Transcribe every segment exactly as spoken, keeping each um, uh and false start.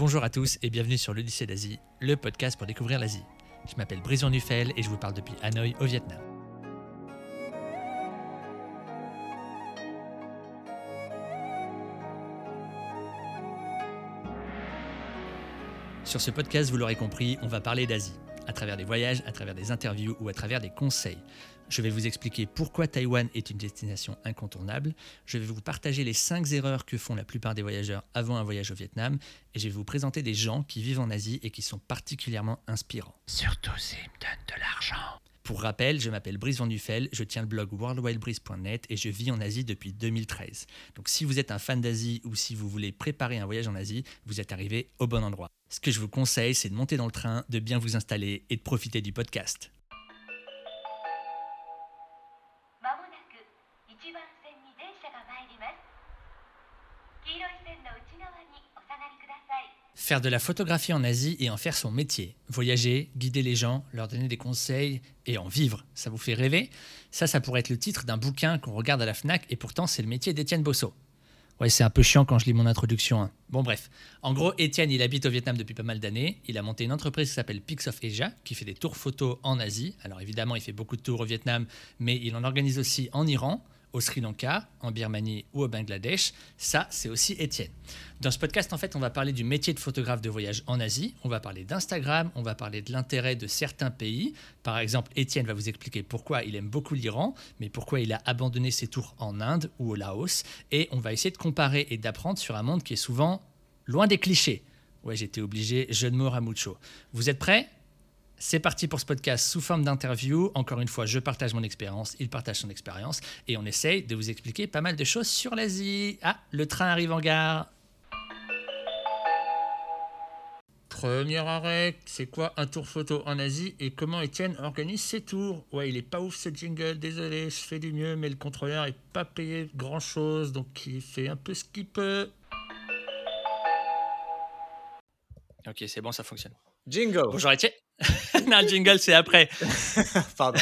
Bonjour à tous et bienvenue sur l'Odyssée d'Asie, le podcast pour découvrir l'Asie. Je m'appelle Brice Van Nuffel et je vous parle depuis Hanoï au Vietnam. Sur ce podcast, vous l'aurez compris, on va parler d'Asie, à travers des voyages, à travers des interviews ou à travers des conseils. Je vais vous expliquer pourquoi Taïwan est une destination incontournable, je vais vous partager les cinq erreurs que font la plupart des voyageurs avant un voyage au Vietnam, et je vais vous présenter des gens qui vivent en Asie et qui sont particulièrement inspirants. Surtout s'ils me donnent de l'argent. Pour rappel, je m'appelle Brice Van Nuffel, je tiens le blog world wide brice point net et je vis en Asie depuis deux mille treize. Donc si vous êtes un fan d'Asie ou si vous voulez préparer un voyage en Asie, vous êtes arrivé au bon endroit. Ce que je vous conseille, c'est de monter dans le train, de bien vous installer et de profiter du podcast. Faire de la photographie en Asie et en faire son métier. Voyager, guider les gens, leur donner des conseils et en vivre. Ça vous fait rêver ? Ça, ça pourrait être le titre d'un bouquin qu'on regarde à la Fnac et pourtant c'est le métier d'Étienne Bosso. Ouais, c'est un peu chiant quand je lis mon introduction. Hein. Bon, bref. En gros, Étienne, il habite au Vietnam depuis pas mal d'années. Il a monté une entreprise qui s'appelle Pics of Asia, qui fait des tours photos en Asie. Alors évidemment, il fait beaucoup de tours au Vietnam, mais il en organise aussi en Iran, au Sri Lanka, en Birmanie ou au Bangladesh. Ça, c'est aussi Étienne. Dans ce podcast, en fait, on va parler du métier de photographe de voyage en Asie. On va parler d'Instagram, on va parler de l'intérêt de certains pays. Par exemple, Étienne va vous expliquer pourquoi il aime beaucoup l'Iran, mais pourquoi il a abandonné ses tours en Inde ou au Laos. Et on va essayer de comparer et d'apprendre sur un monde qui est souvent loin des clichés. Ouais, j'étais obligé, jeu de mots à mucho. Vous êtes prêts ? C'est parti pour ce podcast sous forme d'interview. Encore une fois, je partage mon expérience, il partage son expérience et on essaye de vous expliquer pas mal de choses sur l'Asie. Ah, le train arrive en gare. Premier arrêt, c'est quoi un tour photo en Asie et comment Étienne organise ses tours ? Ouais, il est pas ouf ce jingle, désolé, je fais du mieux, mais le contrôleur est pas payé grand chose, donc il fait un peu ce qu'il peut. Ok, c'est bon, ça fonctionne. Jingle. Bonjour Étienne. Non, le jingle, c'est après. Pardon.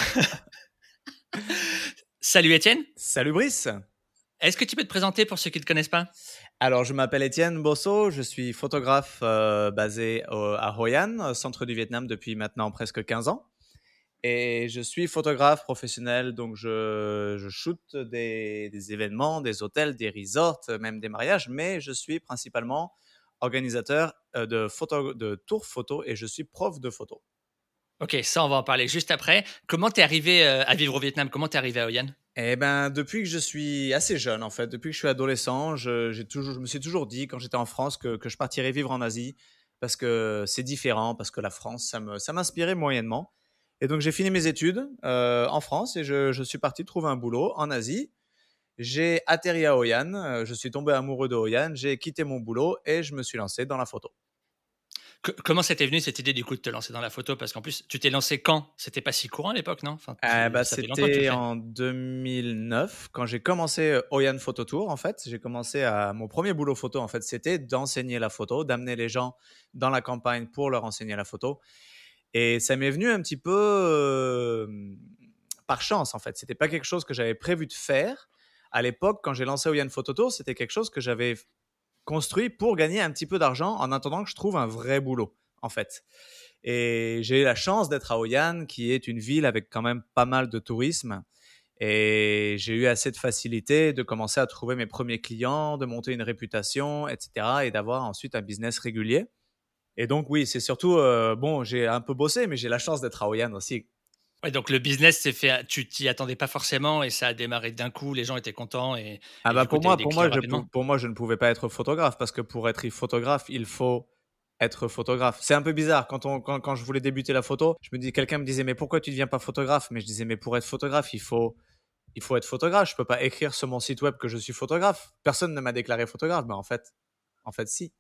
Salut Étienne. Salut Brice. Est-ce que tu peux te présenter pour ceux qui ne te connaissent pas ? Alors, je m'appelle Étienne Bosso, je suis photographe euh, basé au, à Hoi An, au centre du Vietnam, depuis maintenant presque quinze ans. Et je suis photographe professionnel, donc je, je shoote des, des événements, des hôtels, des resorts, même des mariages, mais je suis principalement organisateur euh, de, photo, de tours photo et je suis prof de photo. Ok, ça, on va en parler juste après. Comment t'es arrivé euh, à vivre au Vietnam ? Comment t'es arrivé à Hoi An ? Eh ben, depuis que je suis assez jeune, en fait, depuis que je suis adolescent, je, j'ai toujours, je me suis toujours dit, quand j'étais en France, que, que je partirais vivre en Asie parce que c'est différent, parce que la France, ça, me, ça m'inspirait moyennement. Et donc, j'ai fini mes études euh, en France et je, je suis parti trouver un boulot en Asie. J'ai atterri à Hoi An, euh, je suis tombé amoureux de Hoi An, j'ai quitté mon boulot et je me suis lancé dans la photo. Que- comment c'était venu cette idée du coup de te lancer dans la photo ? Parce qu'en plus, tu t'es lancé quand ? C'était pas si courant à l'époque, non ? Enfin, tu- Euh, bah, ça fait longtemps que tu le c'était fais. en deux mille neuf quand j'ai commencé euh, Hoi An Photo Tour. En fait, j'ai commencé à mon premier boulot photo. En fait, c'était d'enseigner la photo, d'amener les gens dans la campagne pour leur enseigner la photo. Et ça m'est venu un petit peu euh, par chance. En fait, c'était pas quelque chose que j'avais prévu de faire à l'époque. Quand j'ai lancé Hoi An Photo Tour, c'était quelque chose que j'avais construit pour gagner un petit peu d'argent en attendant que je trouve un vrai boulot. En fait. Et j'ai eu la chance d'être à Hoi An, qui est une ville avec quand même pas mal de tourisme. Et j'ai eu assez de facilité de commencer à trouver mes premiers clients, de monter une réputation, et cetera. Et d'avoir ensuite un business régulier. Et donc, oui, c'est surtout, euh, bon, j'ai un peu bossé, mais j'ai la chance d'être à Hoi An aussi. Ouais, donc le business s'est fait, tu t'y attendais pas forcément et ça a démarré d'un coup, les gens étaient contents et, Ah et bah du coup, pour tu as eu moi, des pour moi, clients je, pou- rapidement. pour moi, je ne pouvais pas être photographe parce que pour être photographe, il faut être photographe. C'est un peu bizarre. Quand, on, quand, quand je voulais débuter la photo, je me dis, quelqu'un me disait, mais pourquoi tu ne deviens pas photographe ? Mais je disais, mais pour être photographe, il faut, il faut être photographe. Je ne peux pas écrire sur mon site web que je suis photographe. Personne ne m'a déclaré photographe. Mais en fait, en fait, si.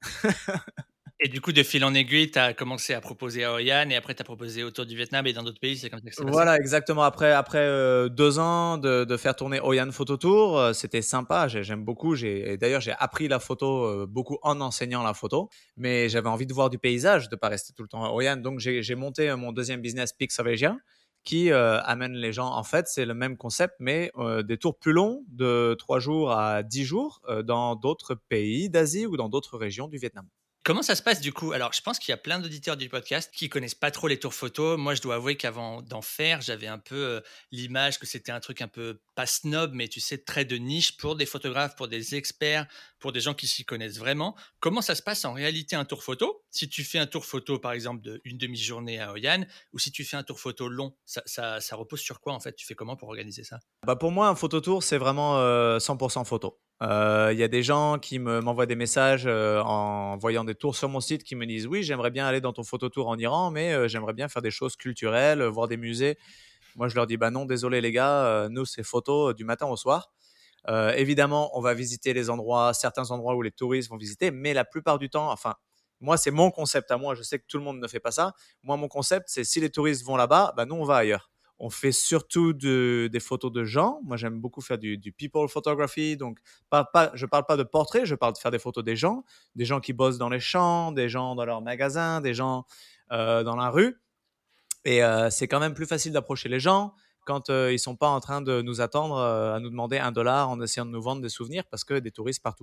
Et du coup, de fil en aiguille, tu as commencé à proposer à Hoi An et après, tu as proposé autour du Vietnam et dans d'autres pays. C'est comme ça que c'est passé ? Voilà, exactement. Après, après euh, deux ans de, de faire tourner Hoi An Photo Tour, euh, c'était sympa. J'ai- J'aime beaucoup. J'ai, et d'ailleurs, j'ai appris la photo euh, beaucoup en enseignant la photo. Mais j'avais envie de voir du paysage, de pas rester tout le temps à Hoi An. Donc, j'ai, j'ai monté euh, mon deuxième business, Pics of Asia, qui euh, amène les gens. En fait, c'est le même concept, mais euh, des tours plus longs, de trois jours à dix jours, euh, dans d'autres pays d'Asie ou dans d'autres régions du Vietnam. Comment ça se passe du coup? Alors, je pense qu'il y a plein d'auditeurs du podcast qui connaissent pas trop les tours photos. Moi, je dois avouer qu'avant d'en faire, j'avais un peu euh, l'image que c'était un truc un peu pas snob, mais tu sais, très de niche pour des photographes, pour des experts, pour des gens qui s'y connaissent vraiment. Comment ça se passe en réalité un tour photo? Si tu fais un tour photo, par exemple, d'une demi-journée à Oyan, ou si tu fais un tour photo long, ça, ça, ça repose sur quoi en fait? Tu fais comment pour organiser ça? Bah, pour moi, un phototour, c'est vraiment euh, cent pour cent photo. Euh, Il y a des gens qui me, m'envoient des messages euh, en voyant des tours sur mon site qui me disent oui, j'aimerais bien aller dans ton phototour en Iran, mais euh, j'aimerais bien faire des choses culturelles, euh, voir des musées. Moi, je leur dis bah non, désolé les gars, euh, nous c'est photo euh, du matin au soir. Euh, évidemment, on va visiter les endroits, certains endroits où les touristes vont visiter, mais la plupart du temps, enfin, moi c'est mon concept à moi. Je sais que tout le monde ne fait pas ça. Moi, mon concept, c'est si les touristes vont là-bas, bah nous on va ailleurs. On fait surtout de, des photos de gens. Moi, j'aime beaucoup faire du, du people photography. Donc, pas, pas, je ne parle pas de portraits, je parle de faire des photos des gens, des gens qui bossent dans les champs, des gens dans leurs magasins, des gens euh, dans la rue. Et euh, c'est quand même plus facile d'approcher les gens quand euh, ils ne sont pas en train de nous attendre euh, à nous demander un dollar en essayant de nous vendre des souvenirs parce que des touristes partout.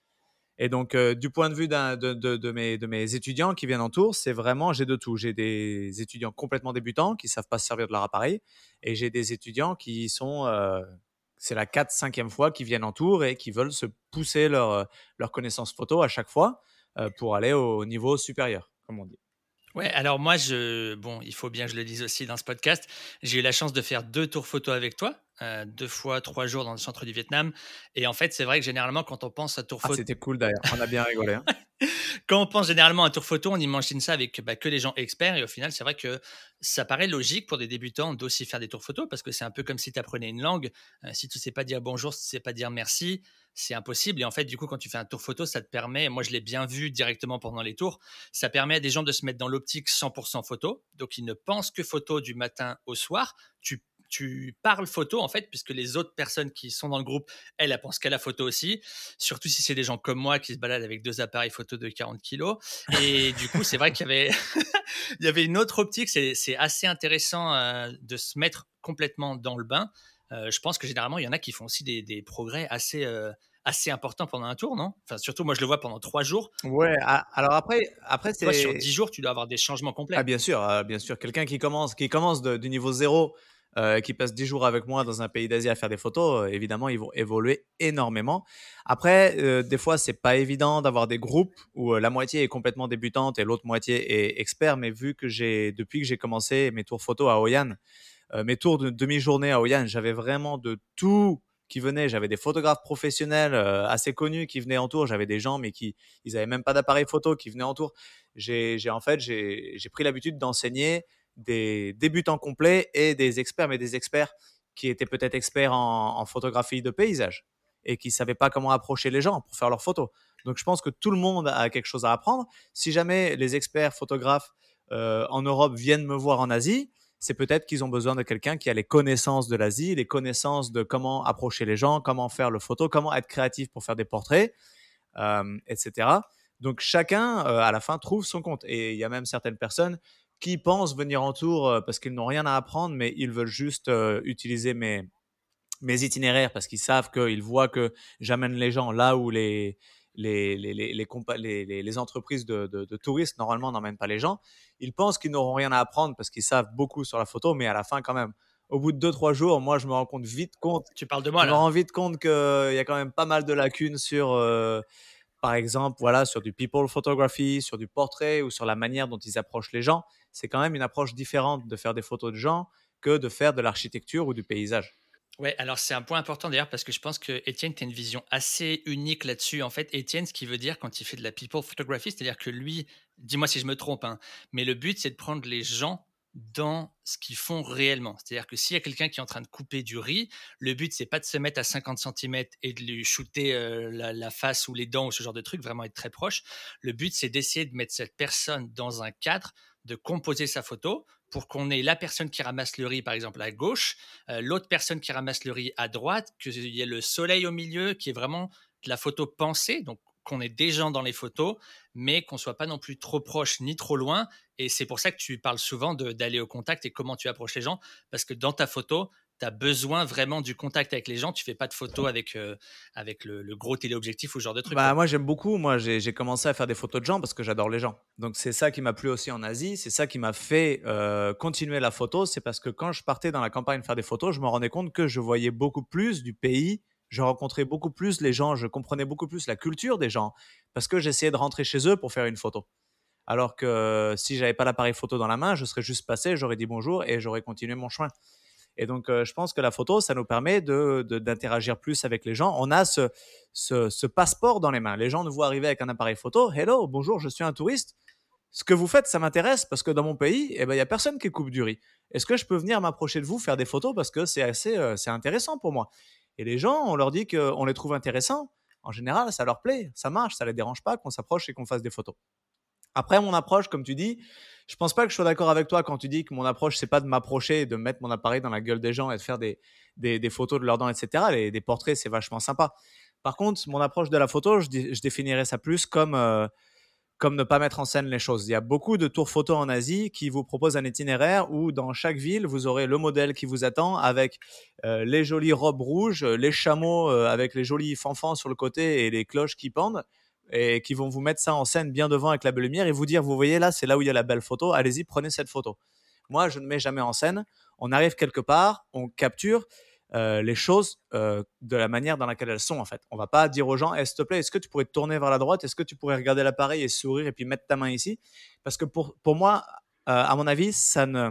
Et donc, euh, du point de vue d'un, de, de, de, mes, de mes étudiants qui viennent en tour, c'est vraiment, j'ai de tout. J'ai des étudiants complètement débutants qui ne savent pas se servir de leur appareil et j'ai des étudiants qui sont, euh, c'est la quatre, cinquième fois qu'ils viennent en tour et qui veulent se pousser leur, leur connaissance photo à chaque fois euh, pour aller au niveau supérieur, comme on dit. Ouais, alors moi, je, bon, il faut bien que je le dise aussi dans ce podcast. J'ai eu la chance de faire deux tours photo avec toi, euh, deux fois trois jours dans le centre du Vietnam. Et en fait, c'est vrai que généralement, quand on pense à tour Ah, photo, c'était cool d'ailleurs. On a bien rigolé. Hein. quand on pense généralement à tour photo, on imagine ça avec bah, que les gens experts. Et au final, c'est vrai que ça paraît logique pour des débutants d'aussi faire des tours photo parce que c'est un peu comme si tu apprenais une langue. Euh, si tu sais pas dire bonjour, si tu sais pas dire merci, c'est impossible. Et en fait, du coup, quand tu fais un tour photo, ça te permet, moi je l'ai bien vu directement pendant les tours, ça permet à des gens de se mettre dans l'optique cent pour cent photo. Donc, ils ne pensent que photo du matin au soir. Tu tu parles photo en fait, puisque les autres personnes qui sont dans le groupe, elles, elles pensent qu'à la photo aussi. Surtout si c'est des gens comme moi qui se baladent avec deux appareils photo de quarante kilos. Et du coup, c'est vrai qu'il y avait, il y avait une autre optique. C'est, c'est assez intéressant euh, de se mettre complètement dans le bain. Euh, je pense que généralement, il y en a qui font aussi des, des progrès assez, euh, assez importants pendant un tour, non? Enfin, surtout, moi, je le vois pendant trois jours. Ouais, a- alors après, après Toi, sur c'est. dix jours, tu dois avoir des changements Ah, complets. bien sûr, euh, bien sûr. Quelqu'un qui commence, qui commence de- du niveau zéro, euh, qui passe dix jours avec moi dans un pays d'Asie à faire des photos, euh, évidemment, ils vont évoluer énormément. Après, euh, des fois, c'est pas évident d'avoir des groupes où euh, la moitié est complètement débutante et l'autre moitié est expert. Mais vu que j'ai, depuis que j'ai commencé mes tours photos à Hoi An, euh, mes tours de demi-journée à Hoi An, j'avais vraiment de tout qui venait. J'avais des photographes professionnels euh, assez connus qui venaient en tour. J'avais des gens, mais qui ils avaient même pas d'appareil photo, qui venaient en tour. J'ai, j'ai en fait, j'ai, j'ai pris l'habitude d'enseigner des débutants complets et des experts, mais des experts qui étaient peut-être experts en, en photographie de paysage et qui savaient pas comment approcher les gens pour faire leurs photos. Donc, je pense que tout le monde a quelque chose à apprendre. Si jamais les experts photographes euh, en Europe viennent me voir en Asie, c'est peut-être qu'ils ont besoin de quelqu'un qui a les connaissances de l'Asie, les connaissances de comment approcher les gens, comment faire le photo, comment être créatif pour faire des portraits, euh, et cetera. Donc chacun, euh, à la fin, trouve son compte. Et il y a même certaines personnes qui pensent venir en tour euh, parce qu'ils n'ont rien à apprendre, mais ils veulent juste euh, utiliser mes, mes itinéraires parce qu'ils savent qu'ils voient que j'amène les gens là où les, les, les, les, les, compa- les, les, les entreprises de, de, de touristes, normalement, n'emmènent pas les gens. Ils pensent qu'ils n'auront rien à apprendre parce qu'ils savent beaucoup sur la photo, mais à la fin, quand même, au bout de deux trois jours, moi, je me rends compte vite compte, Tu parles de moi, je me là. rends vite compte qu'il y a quand même pas mal de lacunes sur, euh, par exemple, voilà, sur du people photography, sur du portrait ou sur la manière dont ils approchent les gens. C'est quand même une approche différente de faire des photos de gens que de faire de l'architecture ou du paysage. Ouais, alors c'est un point important d'ailleurs parce que je pense que Étienne, tu as une vision assez unique là-dessus. En fait, Étienne, ce qui veut dire quand il fait de la people photography, c'est-à-dire que lui, dis-moi si je me trompe, hein, mais le but c'est de prendre les gens dans ce qu'ils font réellement. C'est-à-dire que s'il y a quelqu'un qui est en train de couper du riz, le but c'est pas de se mettre à cinquante centimètres et de lui shooter euh, la, la face ou les dents ou ce genre de truc, vraiment être très proche. Le but c'est d'essayer de mettre cette personne dans un cadre, de composer sa photo pour qu'on ait la personne qui ramasse le riz, par exemple, à gauche, euh, l'autre personne qui ramasse le riz à droite, qu'il y ait le soleil au milieu, qui est vraiment de la photo pensée, donc qu'on ait des gens dans les photos, mais qu'on soit pas non plus trop proche ni trop loin. Et c'est pour ça que tu parles souvent de, d'aller au contact et comment tu approches les gens, parce que dans ta photo, tu as besoin vraiment du contact avec les gens. Tu fais pas de photos avec, euh, avec le, le gros téléobjectif ou ce genre de truc, Bah, quoi. moi, j'aime beaucoup. Moi, j'ai j'ai commencé à faire des photos de gens parce que j'adore les gens. Donc, c'est ça qui m'a plu aussi en Asie. C'est ça qui m'a fait euh, continuer la photo. C'est parce que quand je partais dans la campagne faire des photos, je me rendais compte que je voyais beaucoup plus du pays. Je rencontrais beaucoup plus les gens. Je comprenais beaucoup plus la culture des gens parce que j'essayais de rentrer chez eux pour faire une photo. Alors que euh, si j'avais pas l'appareil photo dans la main, je serais juste passé, j'aurais dit bonjour et j'aurais continué mon chemin. Et donc, euh, je pense que la photo, ça nous permet de, de- d'interagir plus avec les gens. On a ce, ce, ce passeport dans les mains. Les gens nous voient arriver avec un appareil photo. Hello, bonjour, je suis un touriste. Ce que vous faites, ça m'intéresse parce que dans mon pays, eh ben, il n'y a personne qui coupe du riz. Est-ce que je peux venir m'approcher de vous, faire des photos parce que c'est assez, euh, c'est intéressant pour moi. Et les gens, on leur dit qu'on les trouve intéressants. En général, ça leur plaît, ça marche, ça les dérange pas qu'on s'approche et qu'on fasse des photos. Après, mon approche, comme tu dis, je pense pas que je sois d'accord avec toi quand tu dis que mon approche, c'est pas de m'approcher et de mettre mon appareil dans la gueule des gens et de faire des, des, des photos de leurs dents, et cetera. Les, des portraits, c'est vachement sympa. Par contre, mon approche de la photo, je, dé- je définirais ça plus comme, euh, comme ne pas mettre en scène les choses. Il y a beaucoup de tours photos en Asie qui vous proposent un itinéraire où dans chaque ville, vous aurez le modèle qui vous attend avec euh, les jolies robes rouges, les chameaux euh, avec les jolis fanfans sur le côté et les cloches qui pendent et qui vont vous mettre ça en scène bien devant avec la belle lumière et vous dire, vous voyez là, c'est là où il y a la belle photo, allez-y, prenez cette photo. Moi, je ne mets jamais en scène. On arrive quelque part, on capture euh, les choses euh, de la manière dans laquelle elles sont en fait. On va pas dire aux gens, hey, s'il te plaît, est-ce que tu pourrais te tourner vers la droite, est-ce que tu pourrais regarder l'appareil et sourire et puis mettre ta main ici, parce que pour, pour moi, euh, à mon avis, ça, ne,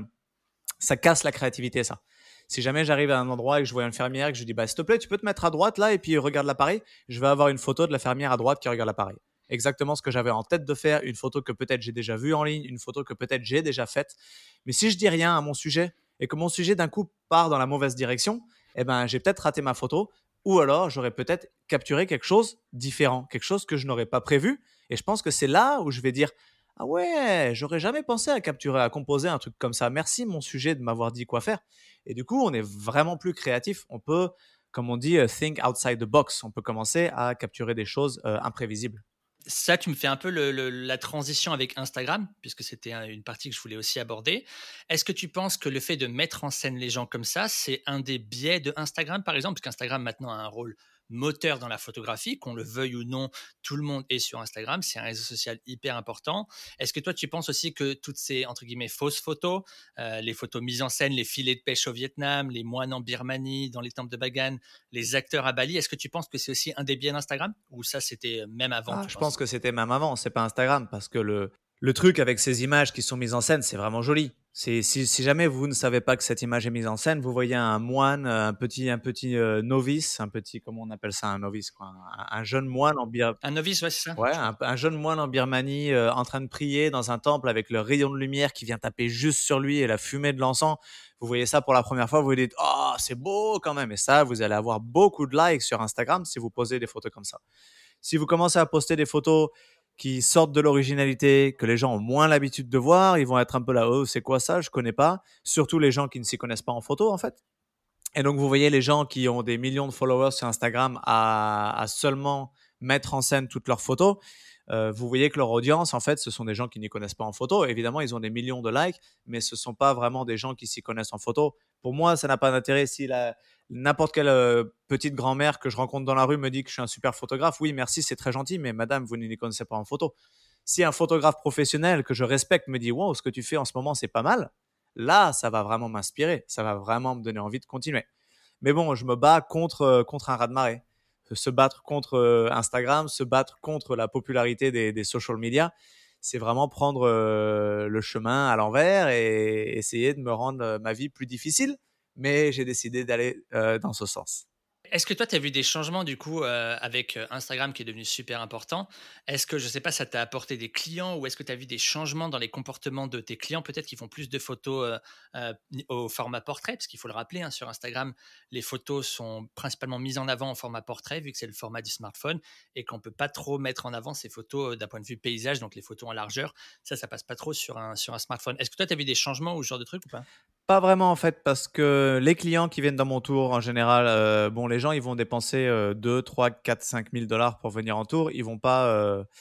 ça casse la créativité ça. Si jamais j'arrive à un endroit et que je vois une fermière et que je dis, bah, s'il te plaît, tu peux te mettre à droite là et puis regarde l'appareil, je vais avoir une photo de la fermière à droite qui regarde l'appareil. Exactement ce que j'avais en tête de faire, une photo que peut-être j'ai déjà vue en ligne, une photo que peut-être j'ai déjà faite. Mais si je dis rien à mon sujet et que mon sujet d'un coup part dans la mauvaise direction, eh ben, j'ai peut-être raté ma photo ou alors j'aurais peut-être capturé quelque chose différent, quelque chose que je n'aurais pas prévu. Et je pense que c'est là où je vais dire, ah ouais, j'aurais jamais pensé à capturer, à composer un truc comme ça. Merci mon sujet de m'avoir dit quoi faire. Et du coup, on est vraiment plus créatif. On peut, comme on dit, euh, think outside the box. On peut commencer à capturer des choses euh, imprévisibles. Ça, tu me fais un peu le- le- la transition avec Instagram, puisque c'était un- une partie que je voulais aussi aborder. Est-ce que tu penses que le fait de mettre en scène les gens comme ça, c'est un des biais de Instagram, par exemple, parce qu'Instagram maintenant a un rôle moteur dans la photographie, qu'on le veuille ou non, tout le monde est sur Instagram, c'est un réseau social hyper important. Est-ce que toi, tu penses aussi que toutes ces, entre guillemets, fausses photos, euh, les photos mises en scène, les filets de pêche au Vietnam, les moines en Birmanie, dans les temples de Bagan, les acteurs à Bali, est-ce que tu penses que c'est aussi un des biais d'Instagram, ou ça, c'était même avant, Ah, tu je pense penses? que c'était même avant, c'est pas Instagram, parce que le, le truc avec ces images qui sont mises en scène, c'est vraiment joli. C'est, si, si jamais vous ne savez pas que cette image est mise en scène, vous voyez un moine, euh, un petit, un petit euh, novice, un petit, comment on appelle ça, un novice, quoi, un, un jeune moine en Bir- Un novice, ouais, c'est ça, ouais, je un, crois. un jeune moine en Birmanie euh, en train de prier dans un temple avec le rayon de lumière qui vient taper juste sur lui et la fumée de l'encens. Vous voyez ça pour la première fois, vous vous dites, oh, c'est beau quand même. Et ça, vous allez avoir beaucoup de likes sur Instagram si vous posez des photos comme ça. Si vous commencez à poster des photos qui sortent de l'originalité, que les gens ont moins l'habitude de voir, ils vont être un peu là, oh, c'est quoi ça, je connais pas. Surtout les gens qui ne s'y connaissent pas en photo, en fait. Et donc, vous voyez les gens qui ont des millions de followers sur Instagram à, à seulement mettre en scène toutes leurs photos. Euh, vous voyez que leur audience, en fait, ce sont des gens qui n'y connaissent pas en photo. Évidemment, ils ont des millions de likes, mais ce ne sont pas vraiment des gens qui s'y connaissent en photo. Pour moi, ça n'a pas d'intérêt si la, n'importe quelle euh, petite grand-mère que je rencontre dans la rue me dit que je suis un super photographe. Oui, merci, c'est très gentil, mais madame, vous ne n'y connaissez pas en photo. Si un photographe professionnel que je respecte me dit, wow, ce que tu fais en ce moment, c'est pas mal, là, ça va vraiment m'inspirer. Ça va vraiment me donner envie de continuer. Mais bon, je me bats contre, euh, contre un raz-de-marée. Se battre contre euh, Instagram, se battre contre la popularité des, des social media, c'est vraiment prendre euh, le chemin à l'envers et essayer de me rendre euh, ma vie plus difficile. Mais j'ai décidé d'aller euh, dans ce sens. Est-ce que toi, tu as vu des changements du coup euh, avec euh, Instagram qui est devenu super important? Est-ce que, je sais pas, ça t'a apporté des clients ou est-ce que tu as vu des changements dans les comportements de tes clients? Peut-être qu'ils font plus de photos euh, euh, au format portrait, parce qu'il faut le rappeler, hein, sur Instagram, les photos sont principalement mises en avant en format portrait, vu que c'est le format du smartphone et qu'on peut pas trop mettre en avant ces photos euh, d'un point de vue paysage, donc les photos en largeur. Ça, ça passe pas trop sur un, sur un smartphone. Est-ce que toi, tu as vu des changements ou ce genre de trucs ou pas? Pas vraiment en fait, parce que les clients qui viennent dans mon tour, en général, euh, bon, les gens, ils vont dépenser euh, deux, trois, quatre, cinq mille dollars pour venir en tour. Ils vont pas, euh,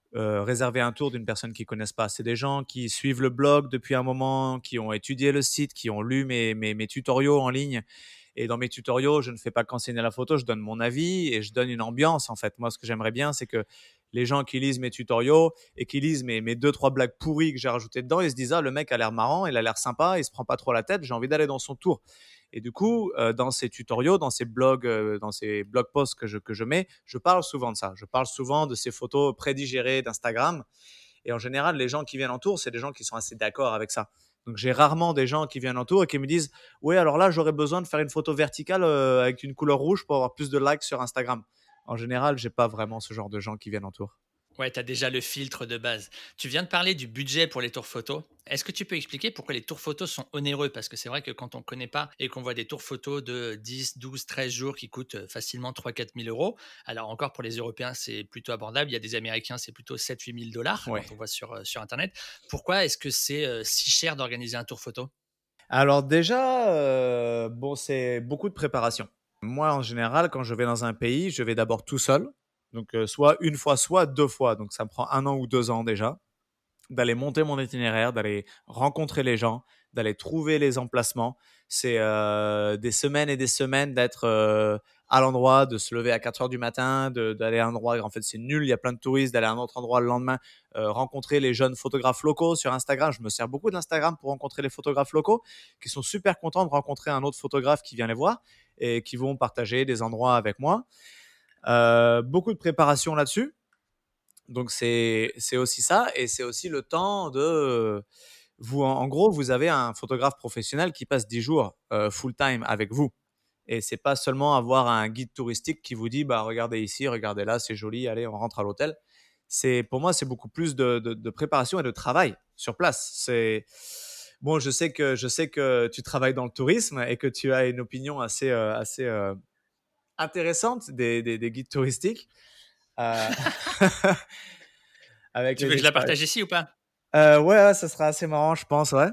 euh, réserver un tour d'une personne qu'ils ne connaissent pas. C'est des gens qui suivent le blog depuis un moment, qui ont étudié le site, qui ont lu mes, mes, mes tutoriaux en ligne. Et dans mes tutoriaux, je ne fais pas qu'enseigner la photo, je donne mon avis et je donne une ambiance en fait. Moi, ce que j'aimerais bien, c'est que les gens qui lisent mes tutoriaux et qui lisent mes, mes deux, trois blagues pourries que j'ai rajoutées dedans, ils se disent « Ah, le mec a l'air marrant, il a l'air sympa, il se prend pas trop la tête, j'ai envie d'aller dans son tour. » Et du coup, euh, dans ces tutoriaux, dans ces blogs, euh, dans ces blog posts que je, que je mets, je parle souvent de ça. Je parle souvent de ces photos prédigérées d'Instagram. Et en général, les gens qui viennent en tour, c'est des gens qui sont assez d'accord avec ça. Donc, j'ai rarement des gens qui viennent en tour et qui me disent « Oui, alors là, j'aurais besoin de faire une photo verticale euh, avec une couleur rouge pour avoir plus de likes sur Instagram. » En général, j'ai pas vraiment ce genre de gens qui viennent en tour. Ouais, tu as déjà le filtre de base. Tu viens de parler du budget pour les tours photos. Est-ce que tu peux expliquer pourquoi les tours photos sont onéreux? Parce que c'est vrai que quand on ne connaît pas et qu'on voit des tours photos de dix, douze, treize jours qui coûtent euh, facilement trois, quatre mille euros, alors encore pour les Européens, c'est plutôt abordable. Il y a des Américains, c'est plutôt sept, huit mille dollars Ouais. quand on voit sur, euh, sur Internet. Pourquoi est-ce que c'est euh, si cher d'organiser un tour photo? Alors déjà, euh, bon, c'est beaucoup de préparation. Moi, en général, quand je vais dans un pays, je vais d'abord tout seul. Donc, euh, soit une fois, soit deux fois. Donc, ça me prend un an ou deux ans déjà d'aller monter mon itinéraire, d'aller rencontrer les gens, d'aller trouver les emplacements. C'est euh, des semaines et des semaines d'être euh, à l'endroit, de se lever à quatre heures du matin, de, d'aller à un endroit. En fait, c'est nul, il y a plein de touristes, d'aller à un autre endroit le lendemain, euh, rencontrer les jeunes photographes locaux sur Instagram. Je me sers beaucoup d'Instagram pour rencontrer les photographes locaux qui sont super contents de rencontrer un autre photographe qui vient les voir et qui vont partager des endroits avec moi. Euh, beaucoup de préparation là-dessus. Donc, c'est, c'est aussi ça. Et c'est aussi le temps de… Vous, en, en gros, vous avez un photographe professionnel qui passe dix jours euh, full-time avec vous. Et c'est pas seulement avoir un guide touristique qui vous dit bah, « Regardez ici, regardez là, c'est joli, allez, on rentre à l'hôtel. » C'est, pour moi, c'est beaucoup plus de, de, de préparation et de travail sur place. C'est… Bon, je sais, que, je sais que tu travailles dans le tourisme et que tu as une opinion assez, euh, assez euh, intéressante des, des, des guides touristiques. Euh, avec Tu veux les que je la expériences. partage ici ou pas? Euh, ouais, ouais, ça sera assez marrant, je pense, ouais.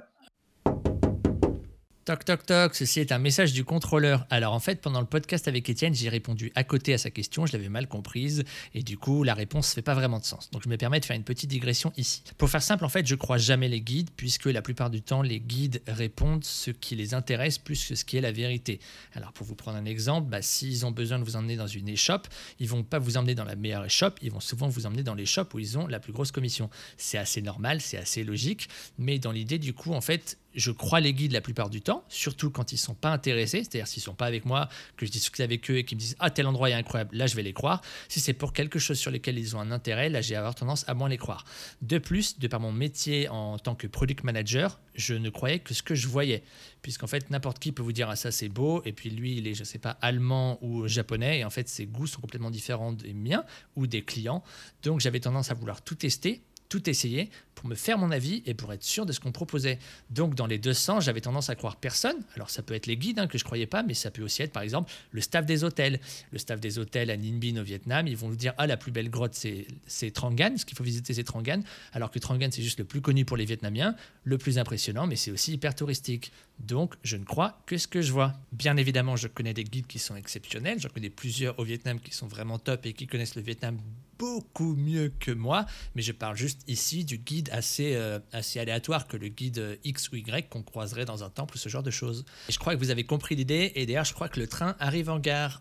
Toc toc toc, ceci est un message du contrôleur. Alors en fait, pendant le podcast avec Étienne, j'ai répondu à côté à sa question, je l'avais mal comprise, et du coup, la réponse ne fait pas vraiment de sens. Donc je me permets de faire une petite digression ici. Pour faire simple, en fait, je crois jamais les guides, puisque la plupart du temps, les guides répondent ce qui les intéresse plus que ce qui est la vérité. Alors pour vous prendre un exemple, bah, s'ils ont besoin de vous emmener dans une échoppe, ils vont pas vous emmener dans la meilleure échoppe, ils vont souvent vous emmener dans l'échoppe où ils ont la plus grosse commission. C'est assez normal, c'est assez logique, mais dans l'idée du coup, en fait, je crois les guides la plupart du temps, surtout quand ils ne sont pas intéressés, c'est-à-dire s'ils ne sont pas avec moi, que je discute avec eux et qu'ils me disent « Ah, tel endroit est incroyable », là je vais les croire. Si c'est pour quelque chose sur lequel ils ont un intérêt, là j'ai avoir tendance à moins les croire. De plus, de par mon métier en tant que product manager, je ne croyais que ce que je voyais, puisqu'en fait n'importe qui peut vous dire « Ah, ça c'est beau », et puis lui il est, je ne sais pas, allemand ou japonais, et en fait ses goûts sont complètement différents des miens ou des clients. Donc j'avais tendance à vouloir tout tester, tout essayer pour me faire mon avis et pour être sûr de ce qu'on proposait. Donc dans les deux sens, j'avais tendance à croire personne. Alors ça peut être les guides hein, que je ne croyais pas, mais ça peut aussi être par exemple le staff des hôtels. Le staff des hôtels à Ninh Binh au Vietnam, ils vont vous dire « Ah, la plus belle grotte c'est, c'est Trang Ngan, ce qu'il faut visiter c'est Trang Ngan », alors que Trang Ngan c'est juste le plus connu pour les Vietnamiens, le plus impressionnant, mais c'est aussi hyper touristique. Donc je ne crois que ce que je vois. Bien évidemment, je connais des guides qui sont exceptionnels, j'en connais plusieurs au Vietnam qui sont vraiment top et qui connaissent le Vietnam beaucoup mieux que moi, mais je parle juste ici du guide assez, euh, assez aléatoire que le guide X ou Y qu'on croiserait dans un temple, ce genre de choses. Et je crois que vous avez compris l'idée, et d'ailleurs je crois que le train arrive en gare.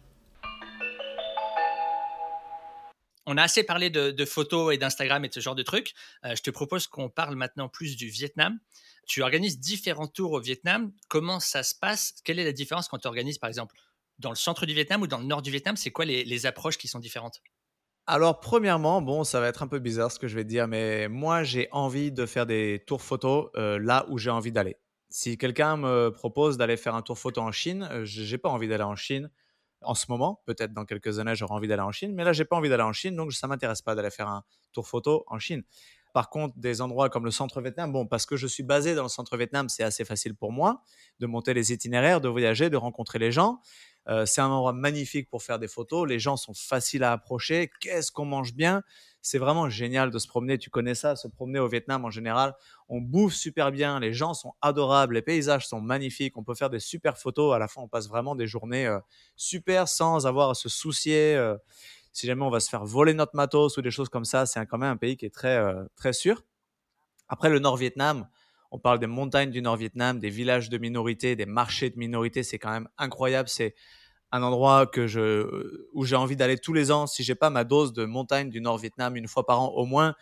On a assez parlé de, de photos et d'Instagram et de ce genre de trucs. Euh, je te propose qu'on parle maintenant plus du Vietnam. Tu organises différents tours au Vietnam. Comment ça se passe? Quelle est la différence quand tu organises, par exemple, dans le centre du Vietnam ou dans le nord du Vietnam? C'est quoi les, les approches qui sont différentes? Alors, premièrement, bon, ça va être un peu bizarre ce que je vais te dire, mais moi, j'ai envie de faire des tours photos euh, là où j'ai envie d'aller. Si quelqu'un me propose d'aller faire un tour photo en Chine, euh, j'ai pas envie d'aller en Chine en ce moment. Peut-être dans quelques années, j'aurai envie d'aller en Chine, mais là, j'ai pas envie d'aller en Chine, donc ça m'intéresse pas d'aller faire un tour photo en Chine. Par contre, des endroits comme le centre Vietnam, bon, parce que je suis basé dans le centre Vietnam, c'est assez facile pour moi de monter les itinéraires, de voyager, de rencontrer les gens. Euh, c'est un endroit magnifique pour faire des photos. Les gens sont faciles à approcher. Qu'est-ce qu'on mange bien? C'est vraiment génial de se promener. Tu connais ça, se promener au Vietnam en général. On bouffe super bien. Les gens sont adorables. Les paysages sont magnifiques. On peut faire des super photos. À la fin, on passe vraiment des journées euh, super sans avoir à se soucier. Euh, Si jamais on va se faire voler notre matos ou des choses comme ça, c'est quand même un pays qui est très, euh, très sûr. Après, le Nord-Vietnam, on parle des montagnes du Nord-Vietnam, des villages de minorités, des marchés de minorités. C'est quand même incroyable. C'est un endroit que je, où j'ai envie d'aller tous les ans. Si j'ai pas ma dose de montagne du Nord-Vietnam une fois par an au moins,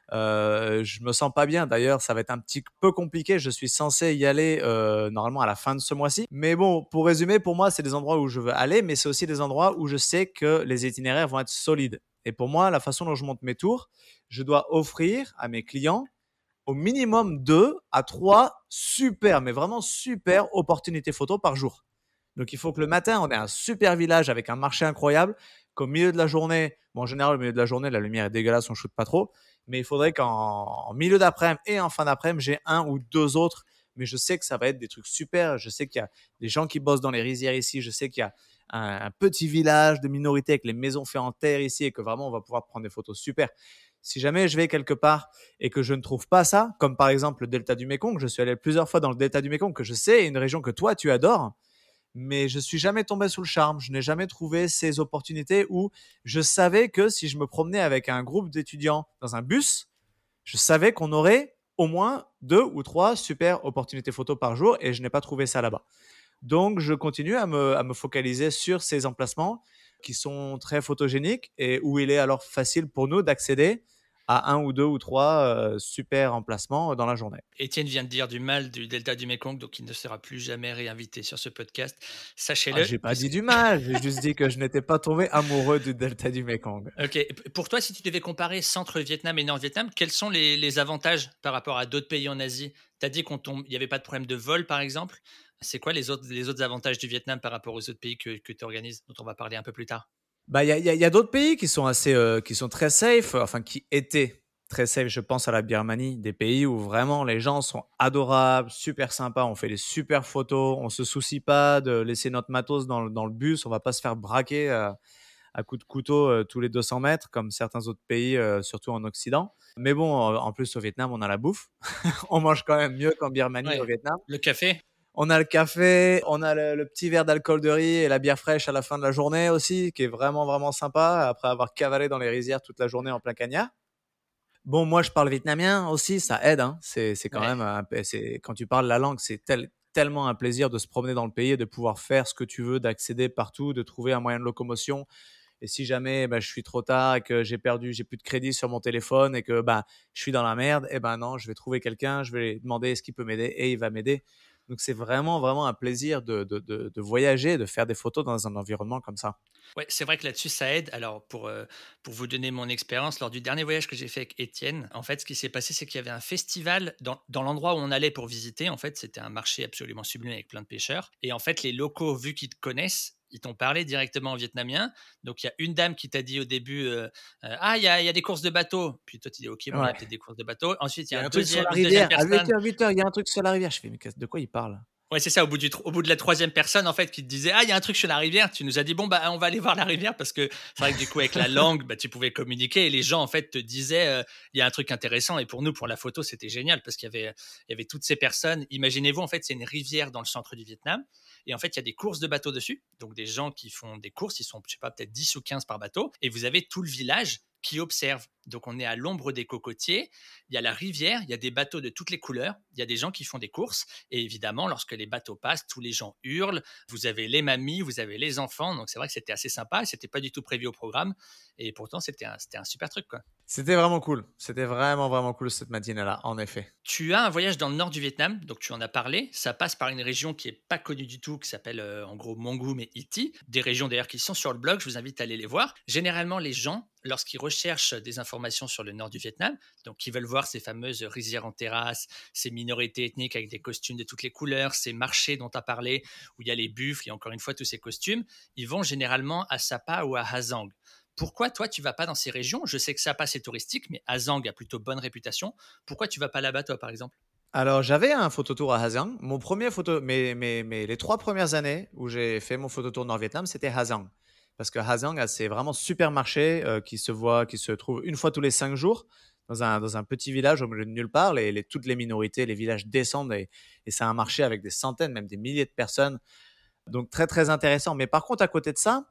euh, je me sens pas bien. D'ailleurs, ça va être un petit peu compliqué. Je suis censé y aller euh, normalement à la fin de ce mois-ci. Mais bon, pour résumer, pour moi, c'est des endroits où je veux aller, mais c'est aussi des endroits où je sais que les itinéraires vont être solides. Et pour moi, la façon dont je monte mes tours, je dois offrir à mes clients au minimum deux à trois super, mais vraiment super opportunités photo par jour. Donc, il faut que le matin, on ait un super village avec un marché incroyable, qu'au milieu de la journée, bon, en général, au milieu de la journée, la lumière est dégueulasse, on ne shoot pas trop, mais il faudrait qu'en milieu d'après-midi et en fin d'après-midi, j'ai un ou deux autres, mais je sais que ça va être des trucs super. Je sais qu'il y a des gens qui bossent dans les rizières ici, je sais qu'il y a un, un petit village de minorité avec les maisons faites en terre ici et que vraiment, on va pouvoir prendre des photos super. Si jamais je vais quelque part et que je ne trouve pas ça, comme par exemple le delta du Mékong, je suis allé plusieurs fois dans le delta du Mékong, que je sais est une région que toi, tu adores, mais je suis jamais tombé sous le charme. Je n'ai jamais trouvé ces opportunités où je savais que si je me promenais avec un groupe d'étudiants dans un bus, je savais qu'on aurait au moins deux ou trois super opportunités photos par jour et je n'ai pas trouvé ça là-bas. Donc, je continue à me, à me focaliser sur ces emplacements qui sont très photogéniques et où il est alors facile pour nous d'accéder à un ou deux ou trois euh, super emplacements dans la journée. Étienne vient de dire du mal du delta du Mékong, donc il ne sera plus jamais réinvité sur ce podcast. Ah, Sachez-le. j'ai pas puisque- dit du mal, j'ai juste dit que je n'étais pas tombé amoureux du delta du Mékong. Ok. P- Pour toi, si tu devais comparer centre-Vietnam et nord-Vietnam, quels sont les, les avantages par rapport à d'autres pays en Asie? Tu as dit qu'il n'y avait pas de problème de vol, par exemple. C'est quoi les autres, les autres avantages du Vietnam par rapport aux autres pays que, que tu organises, dont on va parler un peu plus tard? Bah, il y a, y a- y a d'autres pays qui sont assez, euh, qui sont très safe, enfin qui étaient très safe. Je pense à la Birmanie, des pays où vraiment les gens sont adorables, super sympas. On fait des super photos, on se soucie pas de laisser notre matos dans le, dans le bus. On va pas se faire braquer euh, à coups de couteau euh, tous les deux cents mètres comme certains autres pays, euh, surtout en Occident. Mais bon, en en plus au Vietnam, on a la bouffe. On mange quand même mieux qu'en Birmanie et au Ouais. Vietnam. Le café? On a le café, on a le, le petit verre d'alcool de riz et la bière fraîche à la fin de la journée aussi, qui est vraiment, vraiment sympa après avoir cavalé dans les rizières toute la journée en plein cagnard. Bon, moi, je parle vietnamien aussi, ça aide. Hein. C'est, c'est quand Ouais. même, un- c'est, quand tu parles la langue, c'est tel- tellement un plaisir de se promener dans le pays et de pouvoir faire ce que tu veux, d'accéder partout, de trouver un moyen de locomotion. Et si jamais bah, je suis trop tard et que j'ai perdu, j'ai plus de crédit sur mon téléphone et que bah, je suis dans la merde, eh ben non, je vais trouver quelqu'un, je vais lui demander est-ce qu'il peut m'aider et il va m'aider. Donc c'est vraiment, vraiment un plaisir de, de, de, de voyager, de faire des photos dans un environnement comme ça. Ouais, c'est vrai que là-dessus, ça aide. Alors, pour, euh, pour vous donner mon expérience, lors du dernier voyage que j'ai fait avec Étienne, en fait, ce qui s'est passé, c'est qu'il y avait un festival dans, dans l'endroit où on allait pour visiter. En fait, c'était un marché absolument sublime avec plein de pêcheurs. Et en fait, les locaux, vu qu'ils te connaissent, ils t'ont parlé directement en vietnamien. Donc, il y a une dame qui t'a dit au début euh, euh, Ah, il y a, il y a des courses de bateau. Puis toi, tu dis Ok, bon, il y a Ouais. peut-être des courses de bateau. Ensuite, il Il y y a a un un truc sur deuxième, la une deuxième rivière, à personne. huit heures, huit heures, il y a un truc sur la rivière. Je fais, mais de quoi il parle? Ouais, c'est ça, au bout, du, au bout de la troisième personne, en fait, qui te disait Ah, il y a un truc sur la rivière. Tu nous as dit Bon, bah, on va aller voir la rivière parce que c'est vrai que du coup, avec la langue, bah, tu pouvais communiquer et les gens, en fait, te disaient euh, Il y a un truc intéressant. Et pour nous, pour la photo, c'était génial parce qu'il y avait, il y avait toutes ces personnes. Imaginez-vous, en fait, c'est une rivière dans le centre du Vietnam. Et en fait, il y a des courses de bateaux dessus. Donc, des gens qui font des courses, ils sont, je sais pas, peut-être dix ou quinze par bateau. Et vous avez tout le village qui observe. Donc, on est à l'ombre des cocotiers. Il y a la rivière, il y a des bateaux de toutes les couleurs. Il y a des gens qui font des courses. Et évidemment, lorsque les bateaux passent, tous les gens hurlent. Vous avez les mamies, vous avez les enfants. Donc, c'est vrai que c'était assez sympa. C'était pas du tout prévu au programme. Et pourtant, c'était un, c'était un super truc, quoi. C'était vraiment cool. C'était vraiment, vraiment cool cette matinée-là, en effet. Tu as un voyage dans le nord du Vietnam, donc tu en as parlé. Ça passe par une région qui est pas connue du tout, qui s'appelle euh, en gros Mongum et Iti. Des régions d'ailleurs qui sont sur le blog, je vous invite à aller les voir. Généralement, les gens, lorsqu'ils recherchent des informations sur le nord du Vietnam, donc ils veulent voir ces fameuses rizières en terrasse, ces minorités ethniques avec des costumes de toutes les couleurs, ces marchés dont tu as parlé, où il y a les buffles et encore une fois tous ces costumes, ils vont généralement à Sapa ou à Ha Giang. Pourquoi toi tu vas pas dans ces régions? Je sais que Sapa c'est touristique, mais Ha Giang a plutôt bonne réputation. Pourquoi tu vas pas là-bas toi par exemple? Alors, j'avais un phototour à Ha Giang. Mon premier photo, mais, mais, mais les trois premières années où j'ai fait mon phototour Nord-Vietnam, c'était Ha Giang. Parce que Ha Giang a ces vraiment super marchés euh, qui se voient, qui se trouvent une fois tous les cinq jours dans un, dans un petit village au milieu de nulle part. Les, les- toutes les minorités, les villages descendent et, et c'est un marché avec des centaines, même des milliers de personnes. Donc, très, très intéressant. Mais par contre, à côté de ça,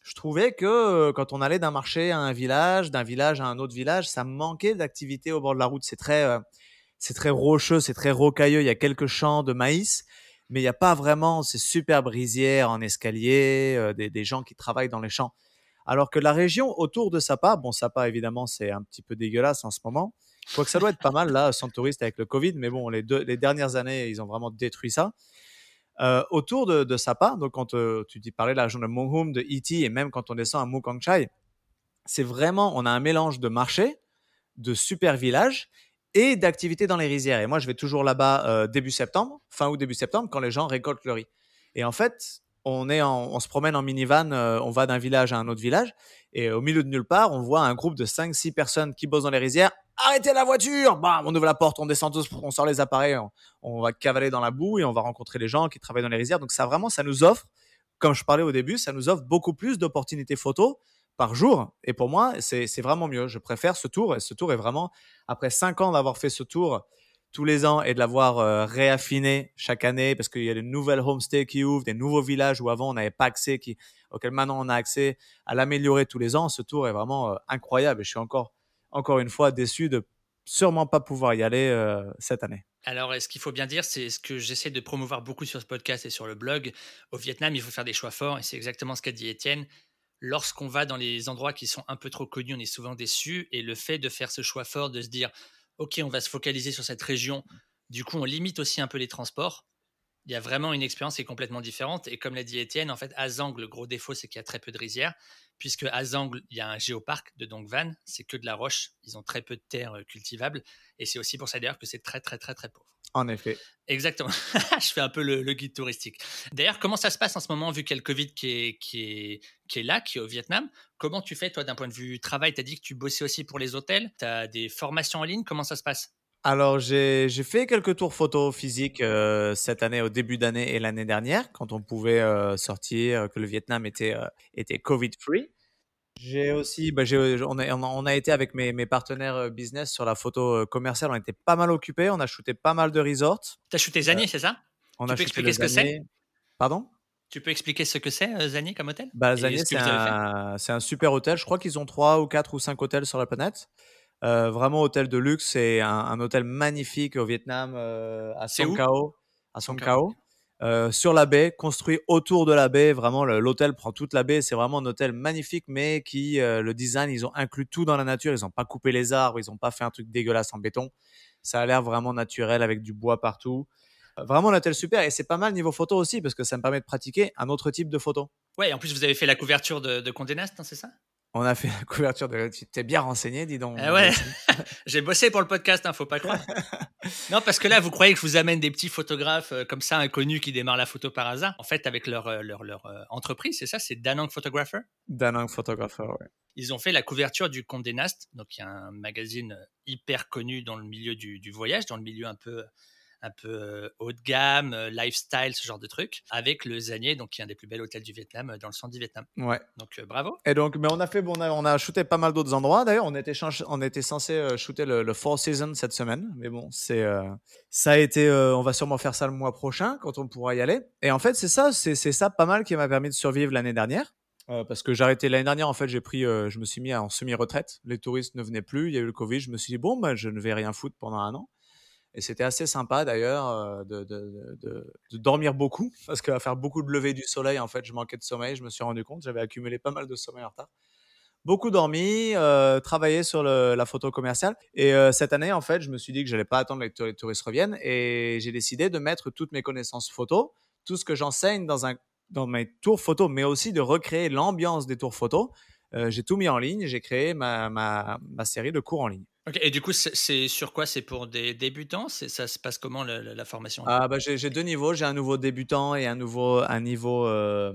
je trouvais que euh, quand on allait d'un marché à un village, d'un village à un autre village, ça manquait d'activité au bord de la route. C'est très, euh, c'est très rocheux, c'est très rocailleux. Il y a quelques champs de maïs, mais il n'y a pas vraiment ces superbes rizières en escalier, euh, des, des gens qui travaillent dans les champs. Alors que la région autour de Sapa, bon, Sapa évidemment, c'est un petit peu dégueulasse en ce moment. Quoique ça doit être pas mal là, sans touristes avec le Covid, mais bon, les, deux, les dernières années, ils ont vraiment détruit ça. Euh, autour de, de Sapa, donc quand euh, tu dis parler de la région de Mohum, de Iti, et même quand on descend à Mukang Chai, c'est vraiment, on a un mélange de marchés, de super villages et d'activités dans les rizières. Et moi, je vais toujours là-bas euh, début septembre, fin août, début septembre, quand les gens récoltent le riz. Et en fait, on, est en, on se promène en minivan, euh, on va d'un village à un autre village, et au milieu de nulle part, on voit un groupe de cinq six personnes qui bossent dans les rizières. Arrêtez la voiture! Bam, on ouvre la porte, on descend tous, on sort les appareils, on, on va cavaler dans la boue et on va rencontrer les gens qui travaillent dans les rizières. Donc ça, vraiment, ça nous offre, comme je parlais au début, ça nous offre beaucoup plus d'opportunités photos par jour. Et pour moi, c'est, c'est vraiment mieux. Je préfère ce tour. Et ce tour est vraiment, après cinq ans d'avoir fait ce tour tous les ans et de l'avoir euh, réaffiné chaque année, parce qu'il y a des nouvelles homestays qui ouvrent, des nouveaux villages où avant on n'avait pas accès, qui, auxquels maintenant on a accès, à l'améliorer tous les ans. Ce tour est vraiment euh, incroyable. Et je suis encore, encore une fois déçu de sûrement pas pouvoir y aller euh, cette année. Alors, ce qu'il faut bien dire, c'est ce que j'essaie de promouvoir beaucoup sur ce podcast et sur le blog. Au Vietnam, il faut faire des choix forts et c'est exactement ce qu'a dit Étienne. Lorsqu'on va dans les endroits qui sont un peu trop connus, on est souvent déçu. Et le fait de faire ce choix fort, de se dire, OK, on va se focaliser sur cette région, du coup, on limite aussi un peu les transports. Il y a vraiment une expérience qui est complètement différente. Et comme l'a dit Étienne, en fait, à Zang, le gros défaut, c'est qu'il y a très peu de rizières, puisque à Zang, il y a un géoparc de Dong Van, c'est que de la roche, ils ont très peu de terres euh, cultivables, et c'est aussi pour ça d'ailleurs que c'est très, très, très, très pauvre. En effet. Exactement. Je fais un peu le, le guide touristique. D'ailleurs, comment ça se passe en ce moment, vu qu'il y a le Covid qui est, qui, est, qui est là, qui est au Vietnam? Comment tu fais, toi, d'un point de vue travail? Tu as dit que tu bossais aussi pour les hôtels. Tu as des formations en ligne. Comment ça se passe? Alors, j'ai, j'ai fait quelques tours photo physiques euh, cette année, au début d'année et l'année dernière, quand on pouvait euh, sortir, que le Vietnam était, euh, était Covid-free. J'ai aussi, bah, j'ai, on, a, on a été avec mes, mes partenaires euh, business sur la photo euh, commerciale. On était pas mal occupés. On a shooté pas mal de resorts. Tu as shooté Euh, Zanier, c'est ça? on Tu a peux shooté expliquer le ce que c'est? Zanier. Pardon? Tu peux expliquer ce que c'est, euh, Zanier, comme hôtel? Bah, Et Zanier, ce que c'est vous avez fait? un, c'est un super hôtel. Je crois qu'ils ont trois ou quatre ou cinq hôtels sur la planète. Euh, vraiment hôtel de luxe. C'est un, un hôtel magnifique au Vietnam, euh, à C'est Song où? Kao, à Son Song Cao. Kao, euh, sur la baie, construit autour de la baie. Vraiment, le- l'hôtel prend toute la baie. C'est vraiment un hôtel magnifique, mais qui, euh, le design, ils ont inclus tout dans la nature. Ils n'ont pas coupé les arbres, ils n'ont pas fait un truc dégueulasse en béton. Ça a l'air vraiment naturel avec du bois partout. Euh, Vraiment un hôtel super, et c'est pas mal niveau photo aussi parce que ça me permet de pratiquer un autre type de photo. Ouais, en plus, vous avez fait la couverture de, de Condé Nast, hein, c'est ça? On a fait la couverture de. Tu t'es bien renseigné, dis donc, Ah mon ouais, Jason. j'ai bossé pour le podcast, hein, faut pas croire. Non, parce que là, vous croyez que je vous amène des petits photographes euh, comme ça, inconnus, qui démarrent la photo par hasard. En fait, avec leur, euh, leur, leur euh, entreprise, c'est ça, c'est Danang Photographer. Danang photographeur, ouais. Ils ont fait la couverture du Condé Nast, donc il y a un magazine euh, hyper connu dans le milieu du, du voyage, dans le milieu un peu, un peu euh, haut de gamme, euh, lifestyle, ce genre de truc, avec le Zanier, donc qui est un des plus bels hôtels du Vietnam, euh, dans le centre du Vietnam. Ouais. Donc euh, bravo. Et donc, mais on a fait, bon, on a, on a shooté pas mal d'autres endroits. D'ailleurs, on était, change- on était censé euh, shooter le, le Four Seasons cette semaine, mais bon, c'est, euh, ça a été, euh, on va sûrement faire ça le mois prochain quand on pourra y aller. Et en fait, c'est ça, c'est, c'est ça pas mal qui m'a permis de survivre l'année dernière. Euh, parce que j'ai arrêté l'année dernière, en fait, j'ai pris, euh, je me suis mis en semi-retraite. Les touristes ne venaient plus, il y a eu le Covid. Je me suis dit, bon, bah, je ne vais rien foutre pendant un an. Et c'était assez sympa d'ailleurs euh, de, de, de, de dormir beaucoup, parce qu'à faire beaucoup de lever du soleil, en fait, je manquais de sommeil. Je me suis rendu compte, j'avais accumulé pas mal de sommeil en retard. Beaucoup dormi, euh, travaillé sur le, la photo commerciale. Et euh, cette année, en fait, je me suis dit que j'allais pas attendre que les touristes reviennent, et j'ai décidé de mettre toutes mes connaissances photo, tout ce que j'enseigne dans, un, dans mes tours photo, mais aussi de recréer l'ambiance des tours photo. Euh, j'ai tout mis en ligne, j'ai créé ma, ma, ma série de cours en ligne. Ok, et du coup, c'est c'est sur quoi? C'est pour des débutants? C'est- Ça se passe comment, la, la- la formation en ligne? Ah bah j'ai j'ai deux niveaux, j'ai un niveau débutant et un nouveau un niveau euh,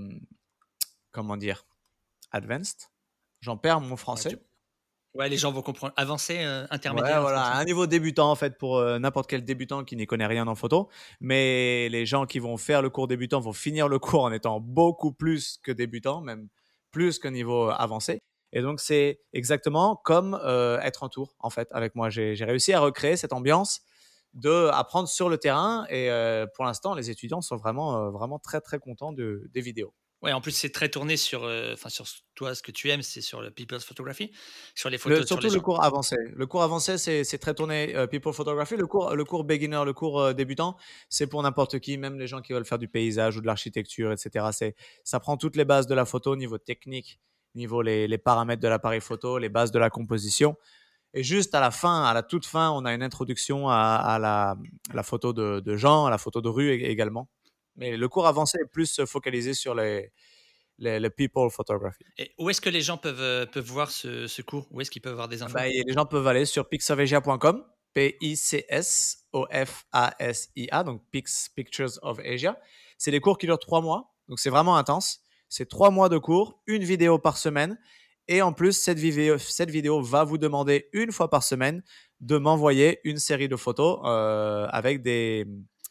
comment dire, advanced. J'en perds mon Ouais, tu- français. ouais, les gens vont comprendre. Avancé, euh, Ouais, intermédiaire, un truc comme voilà, ça. un niveau débutant en fait pour euh, n'importe quel débutant qui n'y connaît rien en photo. Mais les gens qui vont faire le cours débutant vont finir le cours en étant beaucoup plus que débutants, même plus qu'un niveau avancé. Et donc c'est exactement comme euh, être en tour en fait avec moi. J'ai j'ai réussi à recréer cette ambiance de apprendre sur le terrain, et euh, pour l'instant les étudiants sont vraiment euh, vraiment très très contents de, des vidéos. Ouais, en plus, c'est très tourné sur, euh, enfin, sur toi, ce que tu aimes, c'est sur le people's photography, sur les Le photos sur les surtout le gens. cours avancé. Le cours avancé, c'est c'est très tourné, heu, people photography. Le cours le cours beginner, le cours, heu, débutant, c'est pour n'importe qui, même les gens qui veulent faire du paysage ou de l'architecture et cetera. C'est ça prend toutes les bases de la photo, niveau technique, niveau les les paramètres de l'appareil photo, les bases de la composition et juste à la fin, à la toute fin, on a une introduction à à la la photo de de gens, à la photo de rue ég également. Mais le cours avancé est plus, heu, focalisé sur les les le people photography. Et où est-ce que les gens peuvent, euh, peuvent voir ce, ce cours? Où est-ce qu'ils peuvent avoir des infos? Bah, et les gens peuvent aller sur pixofasia point com, P I C S O F A S I A, donc Pix, Pictures of Asia. C'est des cours qui durent trois mois, donc c'est vraiment intense. C'est trois mois de cours, une vidéo par semaine. Et en plus, cette vidéo, cette vidéo va vous demander une fois par semaine de m'envoyer une série de photos euh, avec des,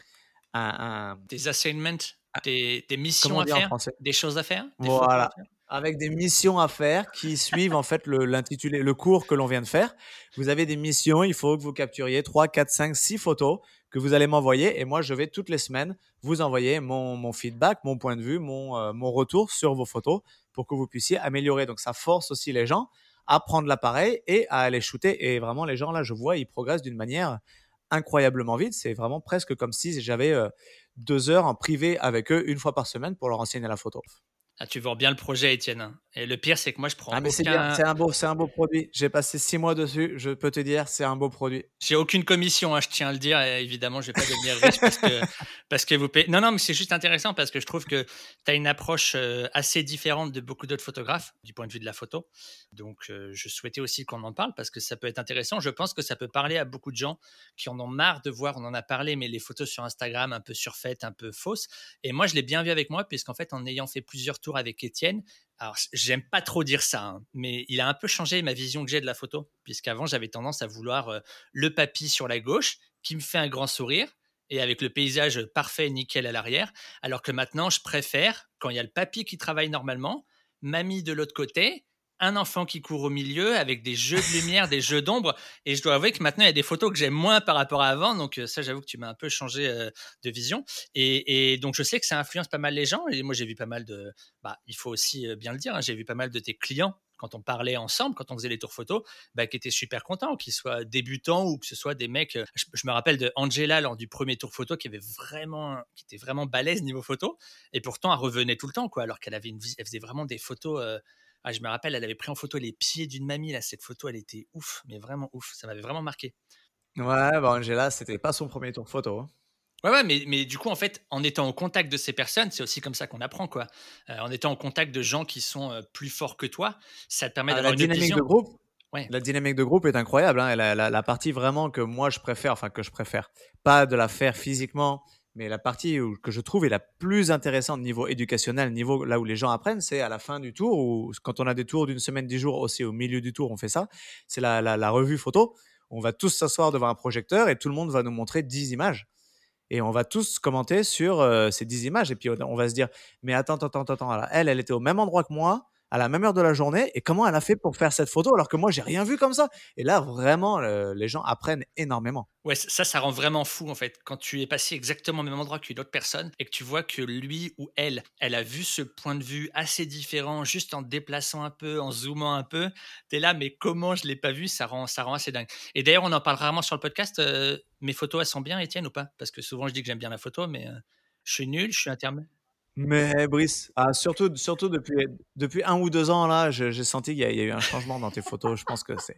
un, un- Des assignments, des, des comment missions on à dit en faire, français? des choses à faire, des photos à Voilà, faire. avec des missions à faire qui suivent en fait le l'intitulé le cours que l'on vient de faire. Vous avez des missions, il faut que vous capturiez trois, quatre, cinq, six photos que vous allez m'envoyer et moi je vais toutes les semaines vous envoyer mon mon feedback, mon point de vue, mon, heu, mon retour sur vos photos pour que vous puissiez améliorer. Donc ça force aussi les gens à prendre l'appareil et à aller shooter et vraiment les gens là, je vois, ils progressent d'une manière incroyablement vite. C'est vraiment presque comme si j'avais, heu, deux heures en privé avec eux une fois par semaine pour leur enseigner la photo. Ah, tu vends bien le projet, Étienne, hein. Et le pire, c'est que moi, je prends Ah mais c'est bien, aucun, c'est un beau c'est un beau produit. J'ai passé six mois dessus, je peux te dire, c'est un beau produit. j'ai aucune commission, hein, je tiens à le dire. Et évidemment, je vais pas devenir riche parce que, parce que vous payez. Non, non, mais c'est juste intéressant parce que je trouve que tu as une approche euh, assez différente de beaucoup d'autres photographes du point de vue de la photo. Donc, euh, je souhaitais aussi qu'on en parle parce que ça peut être intéressant. Je pense que ça peut parler à beaucoup de gens qui en ont marre de voir, on en a parlé, mais les photos sur Instagram un peu surfaites, un peu fausses. Et moi, je l'ai bien vu avec moi puisqu'en fait, en ayant fait plusieurs tours avec Étienne, alors, j'aime pas trop dire ça, hein, mais il a un peu changé ma vision que j'ai de la photo, puisqu'avant, j'avais tendance à vouloir euh, le papy sur la gauche, qui me fait un grand sourire, et avec le paysage parfait, nickel à l'arrière, alors que maintenant, je préfère, quand il y a le papy qui travaille normalement, mamie de l'autre côté, un enfant qui court au milieu, avec des jeux de lumière, des jeux d'ombre, et je dois avouer que maintenant, il y a des photos que j'aime moins par rapport à avant, donc euh, ça, j'avoue que tu m'as un peu changé euh, de vision, et, et donc je sais que ça influence pas mal les gens, et moi, j'ai vu pas mal de bah, il faut aussi euh, bien le dire, hein, j'ai vu pas mal de tes clients quand on parlait ensemble, quand on faisait les tours photos, bah, qui étaient super contents, qu'ils soient débutants ou que ce soit des mecs. euh, je, je me rappelle de Angela lors du premier tour photo qui avait vraiment, qui était vraiment balèze niveau photo, et pourtant elle revenait tout le temps, quoi, alors qu'elle avait une, vis- elle faisait vraiment des photos. euh, ah, je me rappelle, elle avait pris en photo les pieds d'une mamie là. Cette photo, elle était ouf, mais vraiment ouf. Ça m'avait vraiment marqué. Ouais, bah, Angela, c'était pas son premier tour photo, hein. Ouais, ouais, mais, mais du coup, en fait, en étant au contact de ces personnes, c'est aussi comme ça qu'on apprend, quoi. Euh, en étant au contact de gens qui sont euh, plus forts que toi, ça te permet Ah, d'avoir la une autre dynamique de vision. groupe Ouais. la dynamique de groupe est incroyable, hein, et la la la partie vraiment que moi je préfère, enfin que je préfère, pas de la faire physiquement, mais la partie où que je trouve est la plus intéressante niveau éducationnel, niveau là où les gens apprennent, c'est à la fin du tour ou quand on a des tours d'une semaine, dix jours, aussi au milieu du tour, on fait ça. C'est la la la revue photo. On va tous s'asseoir devant un projecteur et tout le monde va nous montrer dix images. Et on va tous commenter sur euh, ces dix images. Et puis on on va se dire, mais attends, attends, attends, attends, alors, elle, elle était au même endroit que moi, à la même heure de la journée, et comment elle a fait pour faire cette photo alors que moi, j'ai rien vu comme ça. Et là, vraiment, euh, les gens apprennent énormément. Ouais, ça, ça rend vraiment fou, en fait. Quand tu es passé exactement au même endroit qu'une autre personne et que tu vois que lui ou elle, elle a vu ce point de vue assez différent juste en te déplaçant un peu, en zoomant un peu. T'es là, mais comment je l'ai pas vu? Ça rend, ça rend assez dingue. Et d'ailleurs, on en parle rarement sur le podcast. euh, mes photos, elles sont bien, Étienne, ou pas? Parce que souvent, je dis que j'aime bien la photo, mais euh, je suis nul, je suis intermédiaire. Mais Brice, ah, surtout, surtout depuis, depuis un ou deux ans, là, je- j'ai senti qu'il y, a il y a eu un changement dans tes photos. Je pense que c'est.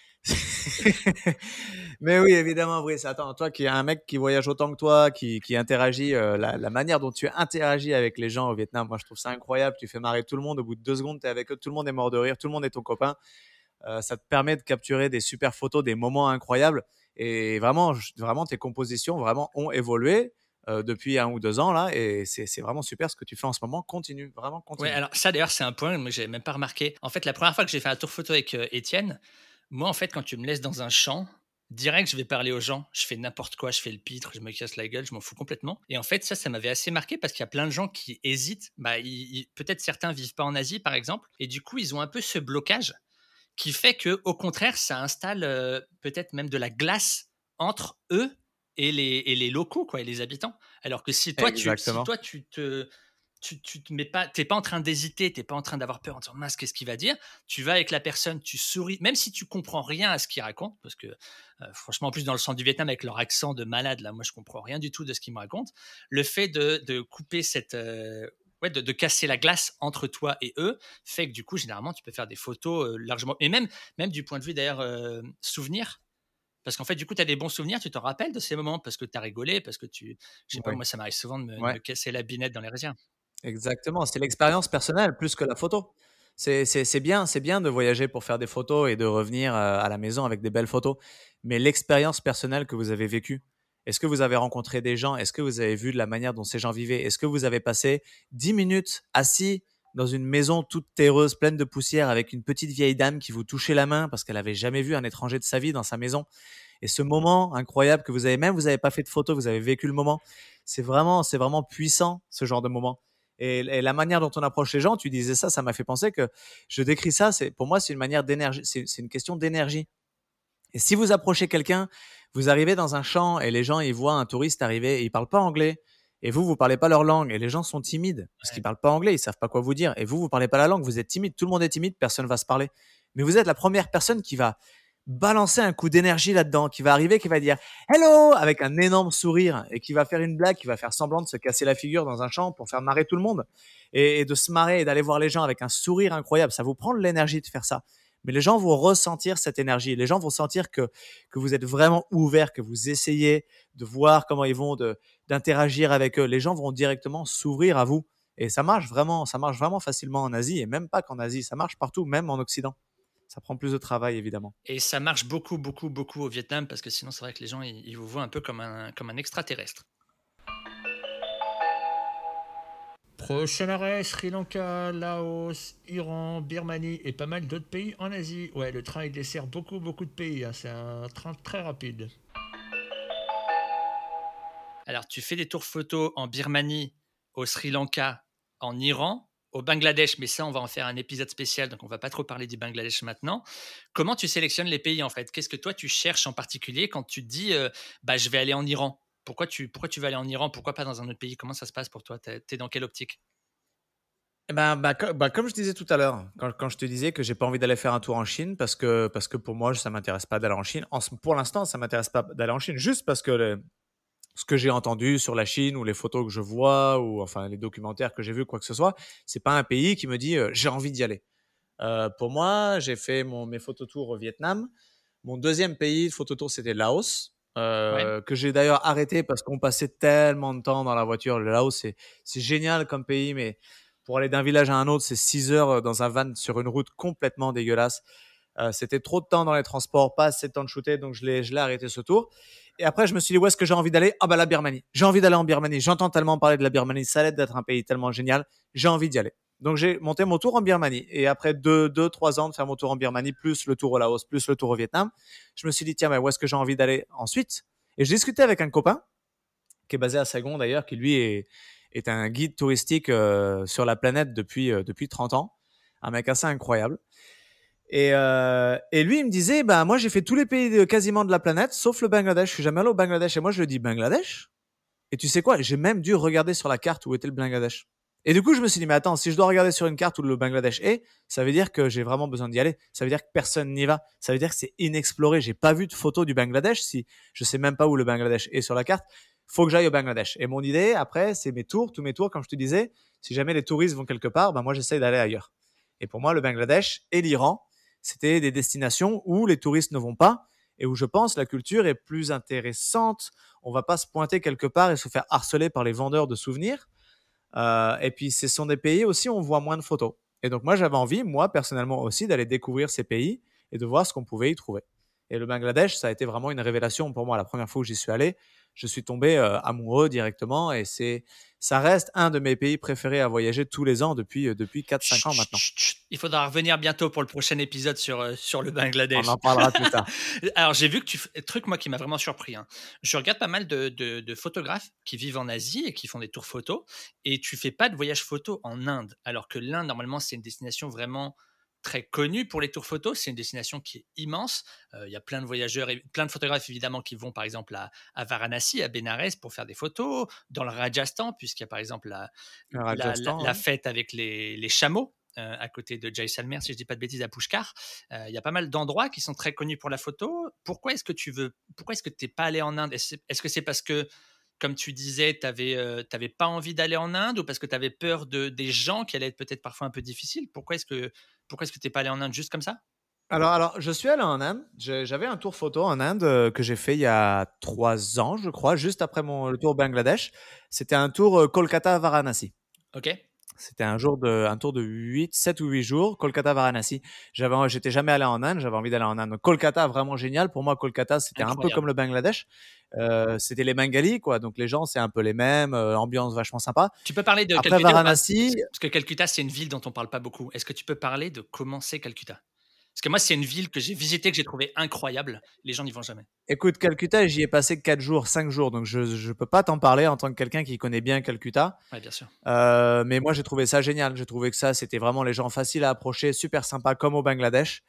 Mais oui, évidemment, Brice. Attends, toi qui es un mec qui voyage autant que toi, qui, qui interagit, euh, la, la manière dont tu interagis avec les gens au Vietnam, moi je trouve ça incroyable. Tu fais marrer tout le monde. Au bout de deux secondes, tu es avec eux, tout le monde est mort de rire, tout le monde est ton copain. Euh, ça te permet de capturer des super photos, des moments incroyables. Et vraiment, je- vraiment tes compositions vraiment ont évolué euh, depuis un ou deux ans là. Et c'est c'est vraiment super ce que tu fais en ce moment. Continue, vraiment Ouais, continue. alors ça d'ailleurs, c'est un point, moi j'avais même pas remarqué. En fait, la première fois que j'ai fait un tour photo avec euh, Étienne, moi en fait, quand tu me laisses dans un champ, direct, je vais parler aux gens. Je fais n'importe quoi, je fais le pitre, je me casse la gueule, je m'en fous complètement. Et en fait, ça, ça m'avait assez marqué parce qu'il y a plein de gens qui hésitent. Bah, ils- ils- peut-être certains vivent pas en Asie, par exemple, et du coup, ils ont un peu ce blocage qui fait que, au contraire, ça installe euh, peut-être même de la glace entre eux et les, et les locaux, quoi, et les habitants. Alors que si toi, tu, si Exactement. toi, tu te tu tu te mets pas, t'es pas en train d'hésiter, t'es pas en train d'avoir peur en disant mince, qu'est-ce qu'il va dire. Tu vas avec la personne, tu souris, même si tu comprends rien à ce qu'il raconte, parce que euh, franchement, en plus dans le centre du Vietnam avec leur accent de malade, là, moi je comprends rien du tout de ce qu'ils me racontent. Le fait de, de couper cette euh, ouais, de, de casser la glace entre toi et eux fait que du coup, généralement, tu peux faire des photos euh, largement. Et même, même du point de vue d'ailleurs euh, souvenir. Parce qu'en fait, du coup, tu as des bons souvenirs, tu t'en rappelles de ces moments parce que tu as rigolé, parce que tu. Je sais pas, Oui. moi, ça m'arrive souvent de me, de Ouais. me casser la binette dans les rizières. Exactement, c'est l'expérience personnelle plus que la photo. C'est c'est c'est bien c'est bien de voyager pour faire des photos et de revenir, heu, à la maison avec des belles photos. Mais l'expérience personnelle que vous avez vécue, est-ce que vous avez rencontré des gens? Est-ce que vous avez vu de la manière dont ces gens vivaient? Est-ce que vous avez passé dix minutes assis dans une maison toute terreuse, pleine de poussière, avec une petite vieille dame qui vous touchait la main parce qu'elle avait jamais vu un étranger de sa vie dans sa maison? Et ce moment incroyable que vous avez, même vous avez pas fait de photo, vous avez vécu le moment. C'est vraiment, c'est vraiment puissant, ce genre de moment. Et, et la manière dont on approche les gens, tu disais ça, ça m'a fait penser que je décris ça. C'est pour moi, c'est une manière d'énergie. C'est, c'est une question d'énergie. Et si vous approchez quelqu'un, vous arrivez dans un champ et les gens ils voient un touriste arriver et ils parlent pas anglais. Et vous, vous parlez pas leur langue. Et les gens sont timides parce qu'ils Ouais. parlent pas anglais, ils savent pas quoi vous dire. Et vous, vous parlez pas la langue, vous êtes timide. Tout le monde est timide, personne va se parler. Mais vous êtes la première personne qui va balancer un coup d'énergie là-dedans, qui va arriver, qui va dire hello avec un énorme sourire et qui va faire une blague, qui va faire semblant de se casser la figure dans un champ pour faire marrer tout le monde et, et de se marrer et d'aller voir les gens avec un sourire incroyable. Ça vous prend de l'énergie de faire ça. Mais les gens vont ressentir cette énergie. Les gens vont sentir que, que vous êtes vraiment ouvert, que vous essayez de voir comment ils vont, de, d'interagir avec eux. Les gens vont directement s'ouvrir à vous. Et ça marche vraiment, ça marche vraiment facilement en Asie et même pas qu'en Asie. Ça marche partout, même en Occident. Ça prend plus de travail, évidemment. Et ça marche beaucoup, beaucoup, beaucoup au Vietnam parce que sinon, c'est vrai que les gens, ils, ils vous voient un peu comme un, comme un extraterrestre. Prochain arrêt, Sri Lanka, Laos, Iran, Birmanie et pas mal d'autres pays en Asie. Ouais, le train il dessert beaucoup, beaucoup de pays. Hein. C'est un train très rapide. Alors, tu fais des tours photos en Birmanie, au Sri Lanka, en Iran, au Bangladesh, mais ça, on va en faire un épisode spécial, donc on va pas trop parler du Bangladesh maintenant. Comment tu sélectionnes les pays en fait? Qu'est-ce que toi tu cherches en particulier quand tu te dis, euh, bah, je vais aller en Iran? Pourquoi tu, pourquoi tu vas aller en Iran? Pourquoi pas dans un autre pays? Comment ça se passe pour toi? T'es, t'es dans quelle optique? Eh ben, bah, co- bah, comme je disais tout à l'heure, quand, quand je te disais que j'ai pas envie d'aller faire un tour en Chine parce que, parce que pour moi, ça m'intéresse pas d'aller en Chine. En ce- pour l'instant, ça m'intéresse pas d'aller en Chine juste parce que le- ce que j'ai entendu sur la Chine ou les photos que je vois ou enfin les documentaires que j'ai vus, quoi que ce soit, c'est pas un pays qui me dit euh, j'ai envie d'y aller. Euh, pour moi, j'ai fait mon, mes phototours au Vietnam. Mon deuxième pays de phototour, c'était Laos, Ouais. euh, que j'ai d'ailleurs arrêté parce qu'on passait tellement de temps dans la voiture. Le Laos, c'est, c'est génial comme pays, mais pour aller d'un village à un autre, c'est six heures euh, dans un van sur une route complètement dégueulasse. Euh, c'était trop de temps dans les transports, pas assez de temps de shooter, donc je l'ai, je l'ai arrêté ce tour. Et après, je me suis dit, où est-ce que j'ai envie d'aller? Ah bah la Birmanie. J'ai envie d'aller en Birmanie. J'entends tellement parler de la Birmanie, ça a l'air d'être un pays tellement génial. J'ai envie d'y aller. Donc j'ai monté mon tour en Birmanie. Et après deux, deux, trois ans de faire mon tour en Birmanie, plus le tour au Laos, plus le tour au Vietnam, je me suis dit, tiens, mais où est-ce que j'ai envie d'aller ensuite? Et j'ai discuté avec un copain, qui est basé à Saigon d'ailleurs, qui lui est, est un guide touristique euh, sur la planète depuis, euh, depuis trente ans. Un mec assez incroyable. Et, euh, et lui, il me disait, bah, moi, j'ai fait tous les pays de, quasiment de la planète, sauf le Bangladesh. Je suis jamais allé au Bangladesh. Et moi, je lui dis, Bangladesh? Et tu sais quoi? J'ai même dû regarder sur la carte où était le Bangladesh. Et du coup, je me suis dit, mais attends, si je dois regarder sur une carte où le Bangladesh est, ça veut dire que j'ai vraiment besoin d'y aller. Ça veut dire que personne n'y va. Ça veut dire que c'est inexploré. J'ai pas vu de photo du Bangladesh. Si je sais même pas où le Bangladesh est sur la carte, faut que j'aille au Bangladesh. Et mon idée, après, c'est mes tours, tous mes tours, comme je te disais. Si jamais les touristes vont quelque part, ben moi, j'essaye d'aller ailleurs. Et pour moi, le Bangladesh et l'Iran, c'était des destinations où les touristes ne vont pas et où je pense la culture est plus intéressante. On va pas se pointer quelque part et se faire harceler par les vendeurs de souvenirs. Euh, et puis, ce sont des pays aussi où on voit moins de photos. Et donc, moi, j'avais envie, moi, personnellement aussi, d'aller découvrir ces pays et de voir ce qu'on pouvait y trouver. Et le Bangladesh, ça a été vraiment une révélation pour moi. La première fois où j'y suis allé, je suis tombé euh, amoureux directement et c'est, ça reste un de mes pays préférés à voyager tous les ans depuis, euh, depuis quatre cinq ans Chut, maintenant. chut, chut. Il faudra revenir bientôt pour le prochain épisode sur, euh, sur le On Bangladesh. en parlera plus tard. Alors, j'ai vu que tu fais truc, moi, qui m'a vraiment surpris. Hein. Je regarde pas mal de, de, de photographes qui vivent en Asie et qui font des tours photos. Et tu fais pas de voyage photo en Inde. Alors que l'Inde, normalement, c'est une destination vraiment très connu pour les tours photos. C'est une destination qui est immense. Euh, Il y a plein de voyageurs, et plein de photographes évidemment qui vont par exemple à, à Varanasi, à Bénarès pour faire des photos, dans le Rajasthan, puisqu'il y a par exemple la, Le la, la, Rajasthan, la ouais. fête avec les, les chameaux. Euh, à côté de Jaisalmer, si je ne dis pas de bêtises, à Pushkar. Euh, Il y a pas mal d'endroits qui sont très connus pour la photo. Pourquoi est-ce que tu veux, pourquoi est-ce que tu n'es pas allé en Inde? Est-ce, est-ce que c'est parce que, comme tu disais, tu n'avais euh, pas envie d'aller en Inde, ou parce que tu avais peur de, des gens qui allaient être peut-être parfois un peu difficiles? Pourquoi est-ce que pourquoi est-ce que tu n'es pas allé en Inde juste comme ça? Alors, alors, je suis allé en Inde. J'ai- J'avais un tour photo en Inde euh, que j'ai fait il y a trois ans, je crois, juste après mon le tour au Bangladesh. C'était un tour euh, Kolkata-Varanasi. Ok. C'était un jour de, un tour de huit, sept ou huit jours, Kolkata-Varanasi. J'avais, j'étais jamais allé en Inde, j'avais envie d'aller en Inde. Donc, Kolkata, vraiment génial. Pour moi, Kolkata, c'était un peu Incroyable. comme le Bangladesh. Euh, c'était les Bengalis, quoi. Donc, les gens, c'est un peu les mêmes, euh, ambiance vachement sympa. Tu peux parler de Après Calcutta ou pas? Varanasi, Parce que Calcutta, c'est une ville dont on parle pas beaucoup. Est-ce que tu peux parler de comment c'est Calcutta? Parce que moi, c'est une ville que j'ai visitée, que j'ai trouvée incroyable. Les gens n'y vont jamais. écoute, Calcutta, j'y ai passé quatre jours, cinq jours. Donc, je, je peux pas t'en parler en tant que quelqu'un qui connaît bien Calcutta. Oui, bien sûr. Euh, mais moi, j'ai trouvé ça génial. J'ai trouvé que ça, c'était vraiment les gens faciles à approcher, super sympa, comme au Bangladesh.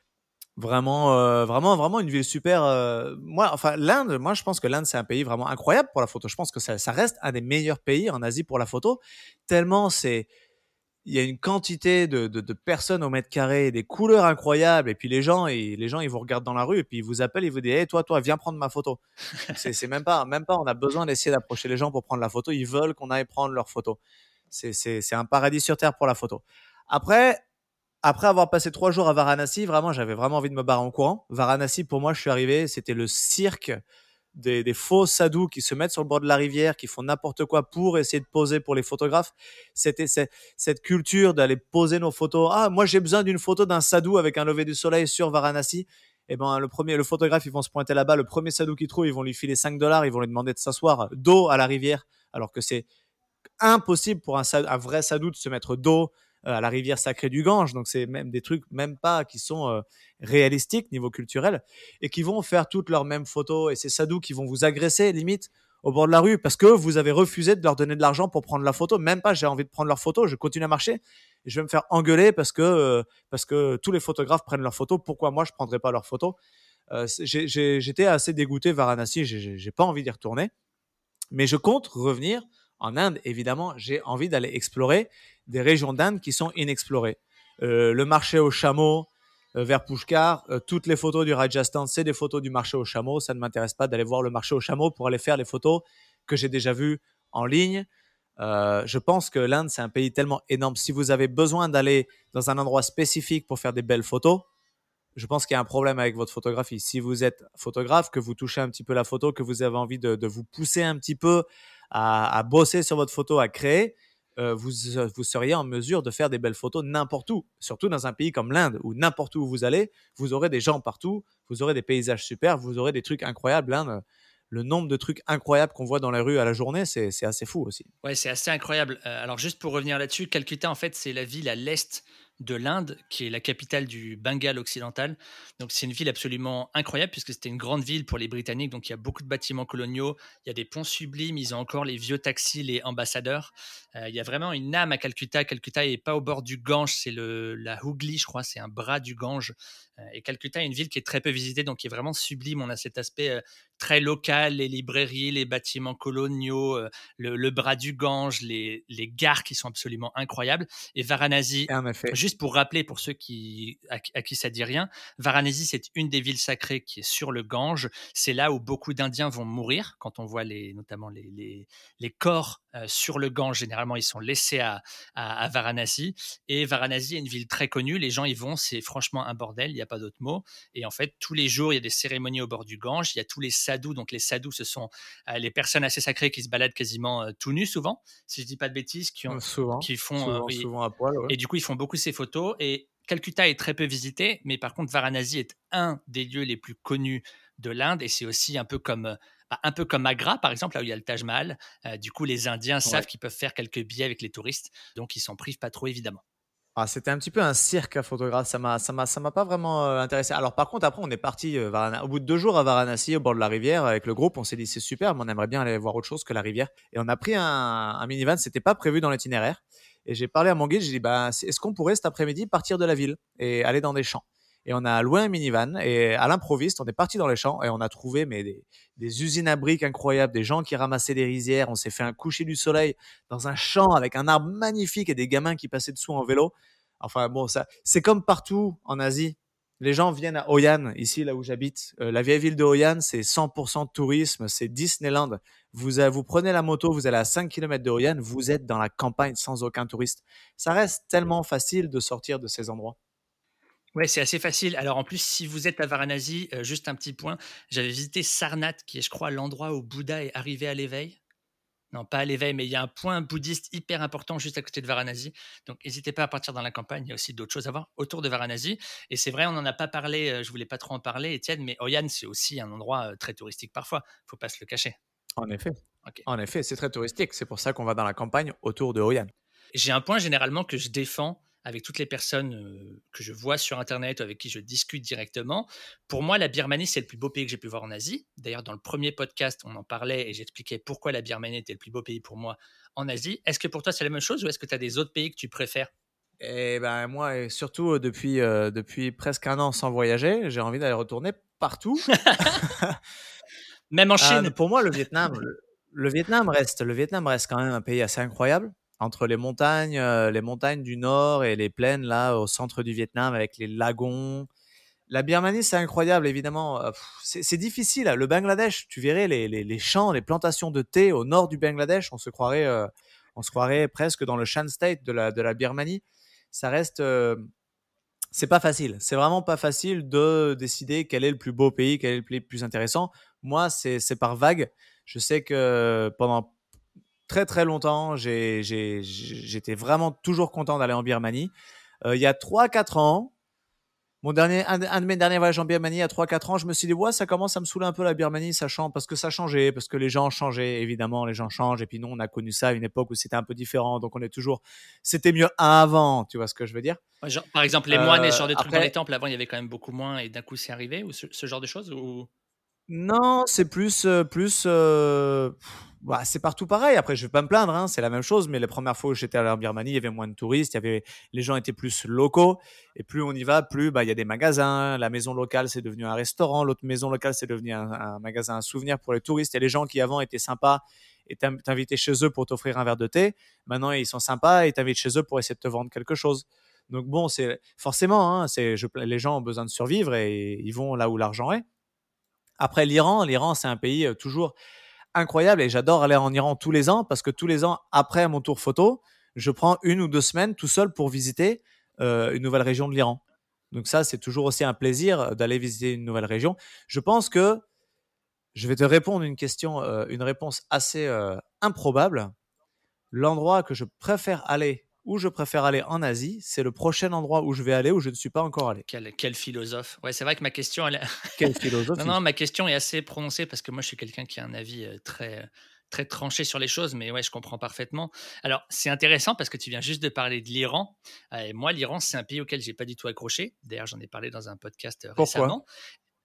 Vraiment, euh, vraiment, vraiment une ville super. Euh, moi, enfin, l'Inde, moi, je pense que l'Inde, c'est un pays vraiment incroyable pour la photo. Je pense que ça, ça reste un des meilleurs pays en Asie pour la photo. Tellement c'est, il y a une quantité de, de, de personnes au mètre carré, des couleurs incroyables. Et puis les gens, et les gens, ils vous regardent dans la rue et puis ils vous appellent, ils vous disent, hey, toi, toi, viens prendre ma photo. Donc c'est, c'est même pas, même pas, on a besoin d'essayer d'approcher les gens pour prendre la photo. Ils veulent qu'on aille prendre leur photo. C'est, c'est, c'est un paradis sur terre pour la photo. Après, après avoir passé trois jours à Varanasi, vraiment, j'avais vraiment envie de me barrer en courant. Varanasi, pour moi, je suis arrivé, c'était le cirque des, des faux sadhus qui se mettent sur le bord de la rivière, qui font n'importe quoi pour essayer de poser pour les photographes. C'était c'est- cette culture d'aller poser nos photos. Ah, moi, j'ai besoin d'une photo d'un sadhu avec un lever du soleil sur Varanasi. Et ben, le premier, le photographe, ils vont se pointer là-bas. Le premier sadhu qu'ils trouvent, ils vont lui filer cinq dollars. Ils vont lui demander de s'asseoir dos à la rivière, alors que c'est impossible pour un, un vrai sadhu de se mettre dos euh, à la rivière sacrée du Gange. Donc, c'est même des trucs, même pas qui sont euh, réalistiques niveau culturel, et qui vont faire toutes leurs mêmes photos. Et ces sadhus qui vont vous agresser, limite, au bord de la rue, parce que vous avez refusé de leur donner de l'argent pour prendre la photo. Même pas, j'ai envie de prendre leur photo, je continue à marcher. Et je vais me faire engueuler parce que, euh, parce que tous les photographes prennent leurs photos. Pourquoi moi, je ne prendrais pas leurs photos? euh, j'ai, j'ai, J'étais assez dégoûté, Varanasi, j'ai, j'ai pas envie d'y retourner. Mais je compte revenir en Inde, évidemment. J'ai envie d'aller explorer des régions d'Inde qui sont inexplorées. Euh, le marché aux chameaux euh, vers Pushkar, euh, toutes les photos du Rajasthan, c'est des photos du marché aux chameaux. Ça ne m'intéresse pas d'aller voir le marché aux chameaux pour aller faire les photos que j'ai déjà vues en ligne. Euh, je pense que l'Inde, c'est un pays tellement énorme. Si vous avez besoin d'aller dans un endroit spécifique pour faire des belles photos, je pense qu'il y a un problème avec votre photographie. Si vous êtes photographe, que vous touchez un petit peu la photo, que vous avez envie de, de vous pousser un petit peu à, à bosser sur votre photo, à créer, euh, vous, vous seriez en mesure de faire des belles photos n'importe où. Surtout dans un pays comme l'Inde, où n'importe où vous allez, vous aurez des gens partout, vous aurez des paysages super, vous aurez des trucs incroyables. L'Inde, le nombre de trucs incroyables qu'on voit dans les rues à la journée, c'est, c'est assez fou aussi. Ouais, c'est assez incroyable. Euh, alors, juste pour revenir là-dessus, Calcutta, en fait, c'est la ville à l'est de l'Inde, qui est la capitale du Bengale occidental. Donc, c'est une ville absolument incroyable, puisque c'était une grande ville pour les Britanniques. Donc, il y a beaucoup de bâtiments coloniaux, il y a des ponts sublimes, ils ont encore les vieux taxis, les ambassadeurs. Euh, il y a vraiment une âme à Calcutta. Calcutta n'est pas au bord du Gange, c'est le, la Hooghly, je crois, c'est un bras du Gange. Euh, et Calcutta est une ville qui est très peu visitée, donc qui est vraiment sublime. On a cet aspect euh, très local, les librairies, les bâtiments coloniaux, euh, le, le bras du Gange, les, les gares qui sont absolument incroyables. Et Varanasi, Et en effet, juste pour rappeler pour ceux qui, à, à qui ça dit rien, Varanasi, c'est une des villes sacrées qui est sur le Gange. C'est là où beaucoup d'Indiens vont mourir, quand on voit les, notamment les, les, les corps euh, sur le Gange. Généralement, ils sont laissés à, à, à Varanasi. Et Varanasi est une ville très connue. Les gens y vont, c'est franchement un bordel, il n'y a pas d'autre mot. Et en fait, tous les jours, il y a des cérémonies au bord du Gange. Il y a tous les sadhus. Donc, les sadhus, ce sont euh, les personnes assez sacrées qui se baladent quasiment euh, tout nus, souvent, si je ne dis pas de bêtises, qui, ont, souvent, qui font. Euh, souvent, oui. souvent à poil. Ouais. Et du coup, ils font beaucoup ces photos. Et Calcutta est très peu visité, mais par contre, Varanasi est un des lieux les plus connus de l'Inde. Et c'est aussi un peu comme. Un peu comme Agra, par exemple, là où il y a le Taj Mahal. Euh, du coup, les Indiens savent Ouais. qu'ils peuvent faire quelques billets avec les touristes, donc ils s'en privent pas trop, évidemment. Ah, c'était un petit peu un cirque à photographe, ça m'a ça m'a ça m'a pas vraiment euh, intéressé. Alors par contre après on est parti euh, Varana- au bout de deux jours à Varanasi au bord de la rivière avec le groupe, on s'est dit c'est super, mais on aimerait bien aller voir autre chose que la rivière et on a pris un, un minivan, c'était pas prévu dans l'itinéraire, Et j'ai parlé à mon guide, j'ai dit, bah, est-ce qu'on pourrait cet après-midi partir de la ville et aller dans des champs? Et on a loué un minivan et à l'improviste, on est parti dans les champs et on a trouvé mais, des, des usines à briques incroyables, des gens qui ramassaient des rizières. On s'est fait un coucher du soleil dans un champ avec un arbre magnifique et des gamins qui passaient dessous en vélo. Enfin bon, ça, c'est comme partout en Asie. Les gens viennent à Hoi An, ici là où j'habite. Euh, la vieille ville de Hoi An, c'est cent pour cent de tourisme, c'est Disneyland. Vous, euh, vous prenez la moto, vous allez à cinq kilomètres de Hoi An, vous êtes dans la campagne sans aucun touriste. Ça reste tellement facile de sortir de ces endroits. Ouais, c'est assez facile. Alors en plus, si vous êtes à Varanasi, euh, juste un petit point, j'avais visité Sarnath, qui est, je crois, l'endroit où Bouddha est arrivé à l'éveil. Non, pas à l'éveil, mais il y a un point bouddhiste hyper important juste à côté de Varanasi. Donc, n'hésitez pas à partir dans la campagne. Il y a aussi d'autres choses à voir autour de Varanasi. Et c'est vrai, on n'en a pas parlé. euh, Je voulais pas trop en parler, Étienne, mais Hoi An, c'est aussi un endroit euh, très touristique parfois. Faut pas se le cacher. En effet. Ok. En effet, c'est très touristique. C'est pour ça qu'on va dans la campagne autour de Hoi An. J'ai un point généralement que je défends avec toutes les personnes euh, que je vois sur Internet ou avec qui je discute directement. Pour moi, la Birmanie, c'est le plus beau pays que j'ai pu voir en Asie. D'ailleurs, dans le premier podcast, on en parlait et j'expliquais pourquoi la Birmanie était le plus beau pays pour moi en Asie. Est-ce que pour toi, c'est la même chose ou est-ce que tu as des autres pays que tu préfères? Et ben moi, et surtout euh, depuis, euh, depuis presque un an sans voyager, j'ai envie d'aller retourner partout. Même en Euh, Chine. pour moi, le Vietnam, le, le Vietnam reste, le Vietnam reste quand même un pays assez incroyable. Entre les montagnes, euh, les montagnes du nord et les plaines là au centre du Vietnam avec les lagons. La Birmanie, c'est incroyable, évidemment. Euh, pff, C'est c'est difficile. Le Bangladesh, tu verrais les, les, les champs, les plantations de thé au nord du Bangladesh, on se croirait, euh, on se croirait presque dans le Shan State de la, de la Birmanie. Ça reste, euh, c'est pas facile. C'est vraiment pas facile de décider quel est le plus beau pays, quel est le pays le plus intéressant. Moi, c'est c'est par vague. Je sais que pendant très très longtemps, j'ai- j'ai- j'étais vraiment toujours content d'aller en Birmanie. Euh, il y a trois quatre ans, mon dernier, un, un de mes derniers voyages en Birmanie, il y a trois quatre ans, je me suis dit, ouais, ça commence à me saouler un peu la Birmanie, ça change, parce que ça changeait, parce que les gens changeaient, évidemment, les gens changent. Et puis nous, on a connu ça à une époque où c'était un peu différent. Donc on est toujours, c'était mieux avant, tu vois ce que je veux dire. Ouais, genre, par exemple, les moines et ce Euh, genre de trucs dans les après, temples, avant, il y avait quand même beaucoup moins et d'un coup, c'est arrivé ou ce, ce genre de choses ou... non, c'est plus, euh, plus, euh, pff, bah, c'est partout pareil. Après, je vais pas me plaindre, hein, c'est la même chose. Mais les premières fois où j'étais allé en Birmanie, il y avait moins de touristes, il y avait, les gens étaient plus locaux. Et plus on y va, plus bah, il y a des magasins. La maison locale, c'est devenu un restaurant. L'autre maison locale, c'est devenu un, un magasin à souvenirs pour les touristes. Et les gens qui avant étaient sympas et t'in- t'invitaient chez eux pour t'offrir un verre de thé, maintenant ils sont sympas et t'invitent chez eux pour essayer de te vendre quelque chose. Donc bon, c'est forcément, hein, c'est, je, les gens ont besoin de survivre et ils vont là où l'argent est. Après l'Iran, l'Iran c'est un pays euh, toujours incroyable et j'adore aller en Iran tous les ans parce que tous les ans, après mon tour photo, je prends une ou deux semaines tout seul pour visiter euh, une nouvelle région de l'Iran. Donc ça, c'est toujours aussi un plaisir d'aller visiter une nouvelle région. Je pense que je vais te répondre une question, euh, une réponse assez euh, improbable. L'endroit que je préfère aller, où je préfère aller en Asie, c'est le prochain endroit où je vais aller où je ne suis pas encore allé. Quel, quel philosophe. Ouais, c'est vrai que ma question, elle, Quelle non, non, philosophie. ma question est assez prononcée parce que moi, je suis quelqu'un qui a un avis euh, très, très tranché sur les choses, mais ouais, je comprends parfaitement. Alors, c'est intéressant parce que tu viens juste de parler de l'Iran. Euh, et moi, l'Iran, c'est un pays auquel j'ai pas du tout accroché. D'ailleurs, j'en ai parlé dans un podcast euh, Pourquoi? récemment.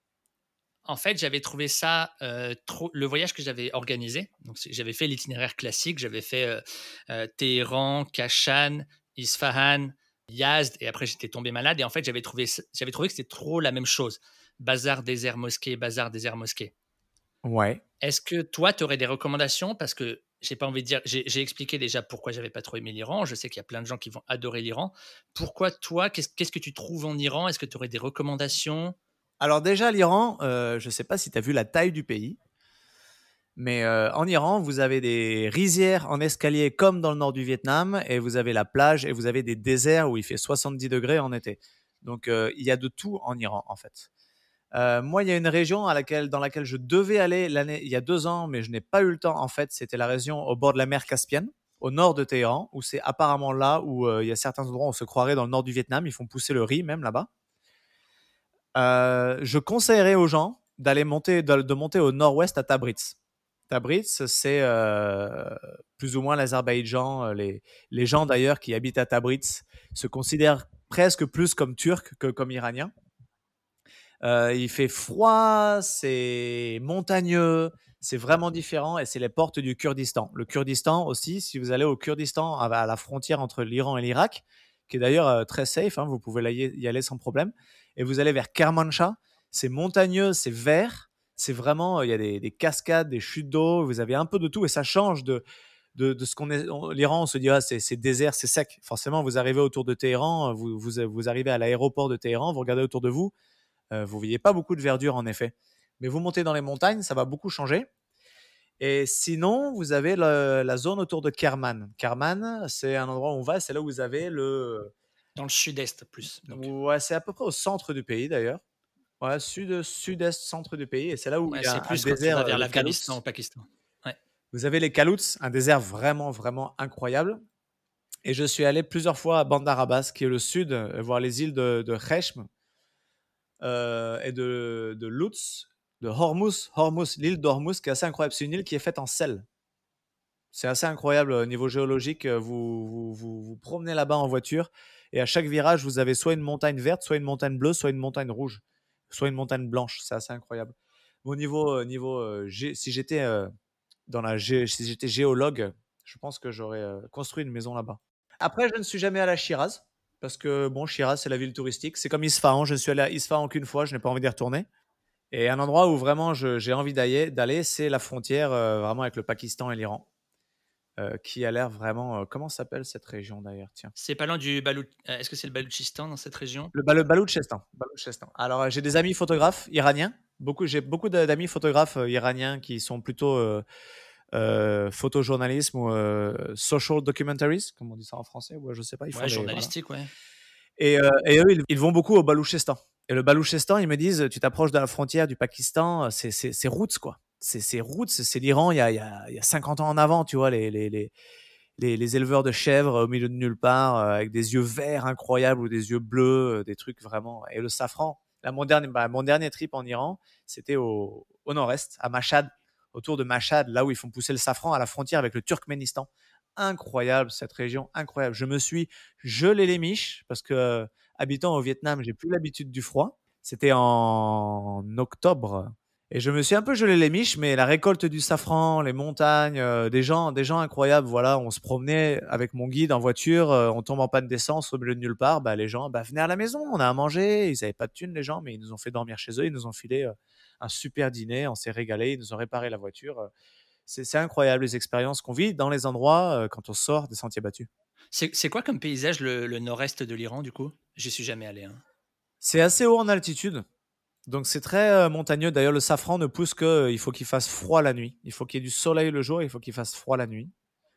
En fait, j'avais trouvé ça euh, trop. Le voyage que j'avais organisé, donc c'est- j'avais fait l'itinéraire classique, j'avais fait euh, euh, Téhéran, Kashan, Isfahan, Yazd, et après j'étais tombé malade. Et en fait, j'avais trouvé, ça- j'avais trouvé que c'était trop la même chose. Bazar, désert, mosquée, bazar, désert, mosquée. Ouais. Est-ce que toi, tu aurais des recommandations? Parce que j'ai pas envie de dire. J'ai j'ai expliqué déjà pourquoi j'avais pas trop aimé l'Iran. Je sais qu'il y a plein de gens qui vont adorer l'Iran. Pourquoi toi, qu'est-ce qu'est-ce que tu trouves en Iran? Est-ce que tu aurais des recommandations? Alors déjà, l'Iran, euh, je ne sais pas si tu as vu la taille du pays. Mais euh, en Iran, vous avez des rizières en escalier comme dans le nord du Vietnam, et vous avez la plage, et vous avez des déserts où il fait soixante-dix degrés en été. Donc euh, il y a de tout en Iran, en fait. Euh, moi, il y a une région à laquelle, dans laquelle je devais aller l'année, il y a deux ans, mais je n'ai pas eu le temps, en fait. C'était la région au bord de la mer Caspienne, au nord de Téhéran, où c'est apparemment là où euh, il y a certains endroits où on se croirait dans le nord du Vietnam. Ils font pousser le riz, même là-bas. Euh, je conseillerais aux gens d'aller monter, de, de monter au nord-ouest à Tabriz. Tabriz, c'est euh, plus ou moins l'Azerbaïdjan. Euh, Les, les gens d'ailleurs qui habitent à Tabriz se considèrent presque plus comme turcs que comme iraniens. Euh, il fait froid, c'est montagneux, c'est vraiment différent et c'est les portes du Kurdistan. Le Kurdistan aussi, si vous allez au Kurdistan, à à la frontière entre l'Iran et l'Irak, qui est d'ailleurs euh, très safe, hein, vous pouvez y y aller sans problème, et vous allez vers Kermanshah, c'est montagneux, c'est vert, c'est vraiment, euh, il y a des, des cascades, des chutes d'eau, vous avez un peu de tout et ça change de, de, de ce qu'on est. on- L'Iran, on se dit, ah, c'est c'est désert, c'est sec. Forcément, vous arrivez autour de Téhéran, vous, vous, vous arrivez à l'aéroport de Téhéran, vous regardez autour de vous, euh, vous voyez pas beaucoup de verdure en effet. Mais vous montez dans les montagnes, ça va beaucoup changer. Et sinon, vous avez le- la zone autour de Kerman. Kerman, c'est un endroit où on va, c'est là où vous avez le. Dans le sud-est plus. Donc, Ouais, c'est à peu près au centre du pays d'ailleurs. Ouais, sud, sud-est, centre du pays. Et c'est là où ouais, il y c'est a un plus quand tu désert, vas euh, vers le l'Afghanistan, au Kalouz. Pakistan. Ouais. Vous avez les Kalouz, un désert vraiment, vraiment incroyable. Et je suis allé plusieurs fois à Bandar Abbas, qui est le sud, euh, voir les îles de, de Kheishm euh, et de, de Lutz, de Hormuz. Hormuz, l'île d'Hormuz, qui est assez incroyable. C'est une île qui est faite en sel. C'est assez incroyable au niveau géologique. euh, Vous vous, vous, vous promenez là-bas en voiture et à chaque virage, vous avez soit une montagne verte, soit une montagne bleue, soit une montagne rouge, soit une montagne blanche. C'est assez incroyable. Au niveau, euh, niveau euh, gé- si j'étais euh, dans la gé- si j'étais géologue, je pense que j'aurais euh, construit une maison là-bas. Après, je ne suis jamais allé à Shiraz parce que bon, Shiraz, c'est la ville touristique. C'est comme Isfahan. Je suis allé à Isfahan qu'une fois, je n'ai pas envie d'y retourner. Et un endroit où vraiment je- j'ai envie d'aller, d'aller, c'est la frontière euh, vraiment avec le Pakistan et l'Iran, euh, qui a l'air vraiment. euh, comment s'appelle cette région d'ailleurs? Tiens. C'est pas loin du Balou... euh, Est-ce que c'est le Baloutchistan dans cette région? Le, bah, le Baloutchistan. Baloutchistan. Alors, euh, j'ai des amis photographes iraniens. Beaucoup, j'ai beaucoup d'a- d'amis photographes euh, iraniens qui sont plutôt euh, euh, photojournalisme ou euh, social documentaries, comme on dit ça en français. Ouais, je sais pas. Ils font Ouais, les voilà. journalistique, ouais. Et, euh, et eux, ils, ils vont beaucoup au Baloutchistan. Et le Baloutchistan, ils me disent, tu t'approches de la frontière du Pakistan, c'est c'est c'est roots quoi. C'est c'est roots, c'est l'Iran il y a il y a il y a cinquante ans en avant, tu vois les les les les, les éleveurs de chèvres au milieu de nulle part, euh, avec des yeux verts incroyables ou des yeux bleus, euh, des trucs vraiment. Et le safran. Là, mon, dernier, bah, mon dernier trip en Iran, c'était au, au nord-est, à Mashhad, autour de Mashhad, là où ils font pousser le safran à la frontière avec le Turkménistan. Incroyable cette région, incroyable. Je me suis gelé les miches parce que, euh, habitant au Vietnam, j'ai plus l'habitude du froid. C'était en octobre et je me suis un peu gelé les miches, mais la récolte du safran, les montagnes, euh, des gens, des gens incroyables. Voilà, on se promenait avec mon guide en voiture, euh, on tombe en panne d'essence au milieu de nulle part. Bah, les gens, bah, venez à la maison, on a à manger. Ils n'avaient pas de thunes, les gens, mais ils nous ont fait dormir chez eux. Ils nous ont filé euh, un super dîner, on s'est régalé. Ils nous ont réparé la voiture. euh. C'est c'est incroyable les expériences qu'on vit dans les endroits euh, quand on sort des sentiers battus. C'est c'est quoi comme paysage le, le nord-est de l'Iran, du coup? J'y suis jamais allé, hein. C'est assez haut en altitude. Donc c'est très euh, montagneux. D'ailleurs, le safran ne pousse que, euh, il faut qu'il fasse froid la nuit. Il faut qu'il y ait du soleil le jour, il faut qu'il fasse froid la nuit.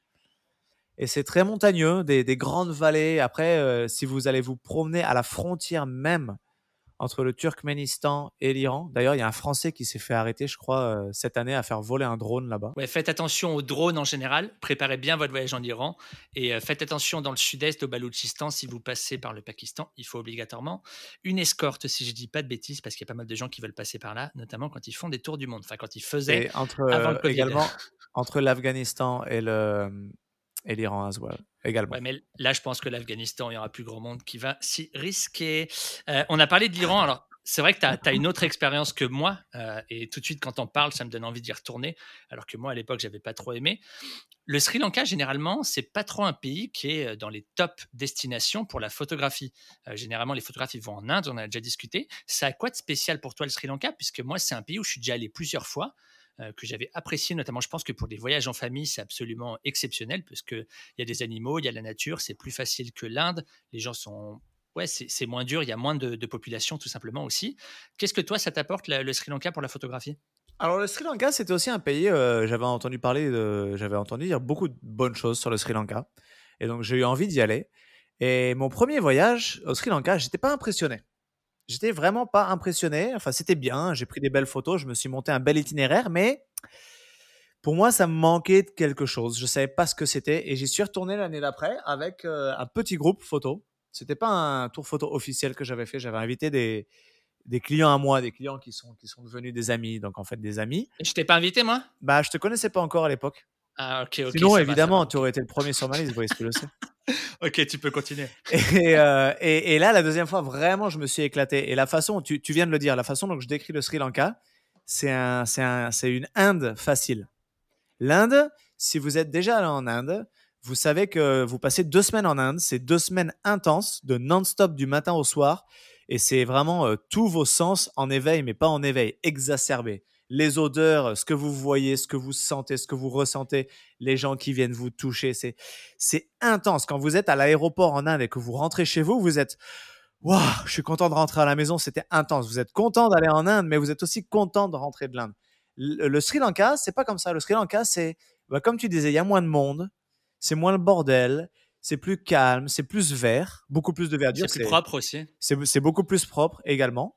Et c'est très montagneux, des, des grandes vallées. Après, euh, si vous allez vous promener à la frontière même entre le Turkménistan et l'Iran, d'ailleurs, il y a un Français qui s'est fait arrêter, je crois, euh, cette année à faire voler un drone là-bas. Ouais, faites attention aux drones en général, préparez bien votre voyage en Iran et euh, faites attention dans le sud-est, au Baloutchistan, si vous passez par le Pakistan, il faut obligatoirement une escorte, si je dis pas de bêtises, parce qu'il y a pas mal de gens qui veulent passer par là, notamment quand ils font des tours du monde, enfin quand ils faisaient Et entre avant le euh, Covid. également entre l'Afghanistan et le et l'Iran as well, également. Ouais, mais là, je pense que l'Afghanistan, il y aura plus grand monde qui va s'y risquer. Euh, on a parlé de l'Iran. Alors, c'est vrai que tu as une autre expérience que moi. Euh, et tout de suite, quand on parle, ça me donne envie d'y retourner. Alors que moi, à l'époque, j'avais pas trop aimé. Le Sri Lanka, généralement, c'est pas trop un pays qui est dans les top destinations pour la photographie. Euh, généralement, les photographes, ils vont en Inde, on a déjà discuté. Ça a quoi de spécial pour toi, le Sri Lanka? Puisque moi, c'est un pays où je suis déjà allé plusieurs fois, euh, que j'avais apprécié, notamment, je pense que pour des voyages en famille, c'est absolument exceptionnel, parce qu'il y a des animaux, il y a la nature, c'est plus facile que l'Inde. Les gens sont... Ouais, c'est c'est moins dur, il y a moins de, de population, tout simplement aussi. Qu'est-ce que toi, ça t'apporte, la- le Sri Lanka, pour la photographie? Alors le Sri Lanka, c'était aussi un pays, euh, j'avais entendu parler, de, j'avais entendu dire beaucoup de bonnes choses sur le Sri Lanka. Et donc j'ai eu envie d'y aller. Et mon premier voyage au Sri Lanka, j'étais pas impressionné. J'étais vraiment pas impressionné. Enfin, c'était bien, j'ai pris des belles photos, je me suis monté un bel itinéraire, mais pour moi, ça me manquait de quelque chose. Je savais pas ce que c'était. Et j'y suis retourné l'année d'après avec euh, un petit groupe photo. C'était pas un tour photo officiel que j'avais fait. J'avais invité des, des clients à moi, des clients qui sont, qui sont devenus des amis. Donc, en fait, des amis. Et je t'ai pas invité, moi? Bah, je te connaissais pas encore à l'époque. Ah, ok, ok, Sinon, ça va, ça va, évidemment, tu ok. aurais été le premier sur ma liste, Brice, tu le sais. Ok, tu peux continuer. Et, euh, et, et là, la deuxième fois, vraiment, je me suis éclaté. Et la façon, tu, tu viens de le dire, la façon dont je décris le Sri Lanka, c'est un, c'est un, c'est une Inde facile. L'Inde, si vous êtes déjà allé en Inde, vous savez que vous passez deux semaines en Inde. C'est deux semaines intenses, de non-stop du matin au soir. Et c'est vraiment euh, tous vos sens en éveil, mais pas en éveil, exacerbé. Les odeurs, ce que vous voyez, ce que vous sentez, ce que vous ressentez, les gens qui viennent vous toucher, c'est, c'est intense. Quand vous êtes à l'aéroport en Inde et que vous rentrez chez vous, vous êtes waouh, je suis content de rentrer à la maison, c'était intense. Vous êtes content d'aller en Inde, mais vous êtes aussi content de rentrer de l'Inde. Le, le Sri Lanka, c'est pas comme ça. Le Sri Lanka, c'est, bah, comme tu disais, il y a moins de monde, c'est moins le bordel, c'est plus calme, c'est plus vert, beaucoup plus de verdure. C'est plus propre aussi. C'est, c'est beaucoup plus propre également.